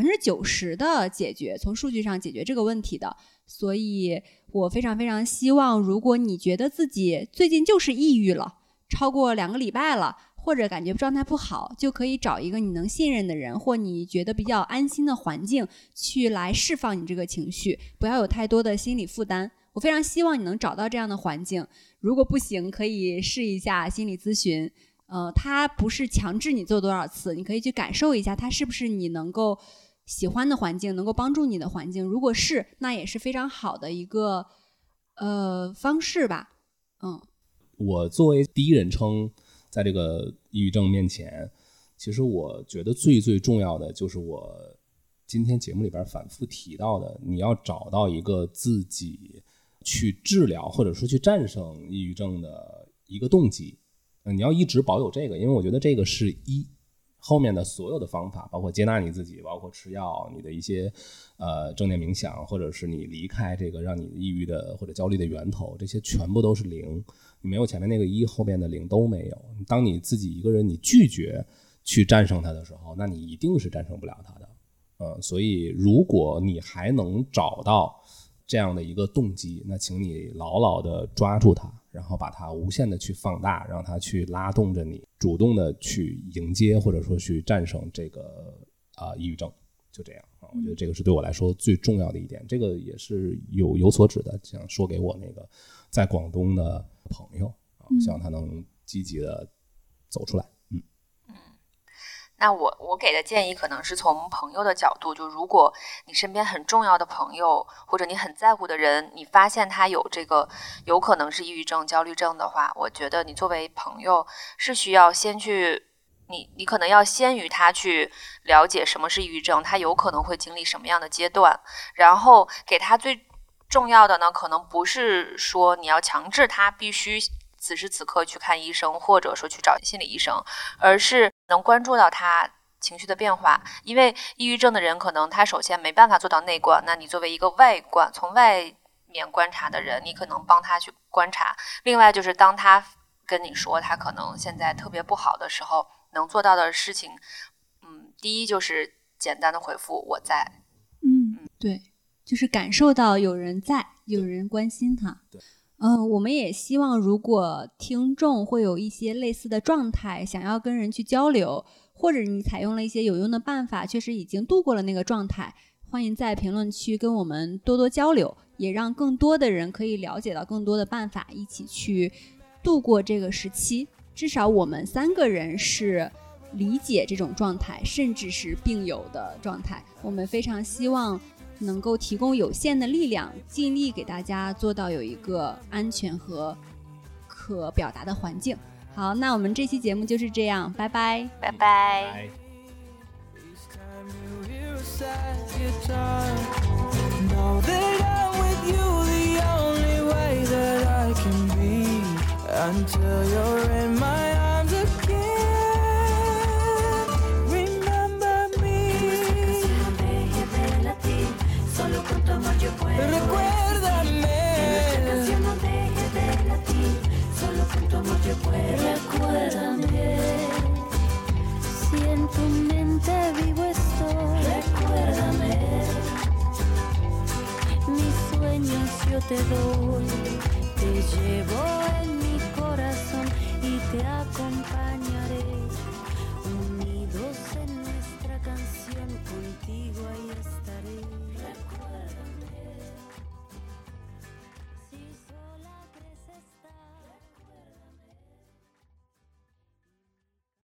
90%的解决，从数据上解决这个问题的。所以我非常非常希望，如果你觉得自己最近就是抑郁了，超过2个礼拜了，或者感觉状态不好，就可以找一个你能信任的人，或你觉得比较安心的环境去来释放你这个情绪，不要有太多的心理负担。我非常希望你能找到这样的环境，如果不行可以试一下心理咨询。它不是强制你做多少次，你可以去感受一下它是不是你能够喜欢的环境，能够帮助你的环境。如果是，那也是非常好的一个方式吧。 我作为第一人称在这个抑郁症面前，其实我觉得最最重要的就是我今天节目里边反复提到的，你要找到一个自己去治疗或者说去战胜抑郁症的一个动机。你要一直保有这个，因为我觉得这个是后面的所有的方法，包括接纳你自己，包括吃药，你的一些正念冥想，或者是你离开这个让你抑郁的或者焦虑的源头，这些全部都是0，你没有前面那个1，后面的0都没有。当你自己一个人你拒绝去战胜它的时候，那你一定是战胜不了它的。所以如果你还能找到这样的一个动机，那请你牢牢的抓住它，然后把它无限的去放大，让它去拉动着你，主动的去迎接或者说去战胜这个抑郁症。 就这样啊。我觉得这个是对我来说最重要的一点，这个也是有所指的，想说给我那个在广东的朋友啊，希望他能积极的走出来。 那我给的建议可能是从朋友的角度，就如果你身边很重要的朋友或者你很在乎的人，你发现他有这个有可能是抑郁症、焦虑症的话，我觉得你作为朋友是需要先去你可能要先于他去了解什么是抑郁症，他有可能会经历什么样的阶段，然后给他最重要的呢，可能不是说你要强制他必须此时此刻去看医生，或者说去找心理医生，而是能关注到他情绪的变化。因为抑郁症的人可能他首先没办法做到内观，那你作为一个外观从外面观察的人，你可能帮他去观察。另外就是当他跟你说他可能现在特别不好的时候，能做到的事情，第一就是简单的回复我在。 对，就是感受到有人在，有人关心他。 对。 我们也希望如果听众会有一些类似的状态，想要跟人去交流，或者你采用了一些有用的办法，确实已经度过了那个状态，欢迎在评论区跟我们多多交流，也让更多的人可以了解到更多的办法，一起去度过这个时期。至少我们3个人是理解这种状态，甚至是病友的状态。我们非常希望能够提供有限的力量，尽力给大家做到有一个安全和可表达的环境。好，那我们这期节目就是这样，拜拜， 拜拜。 Recuérdame, si en tu mente vivo estoy. Recuérdame, mis sueños yo te doy, te llevo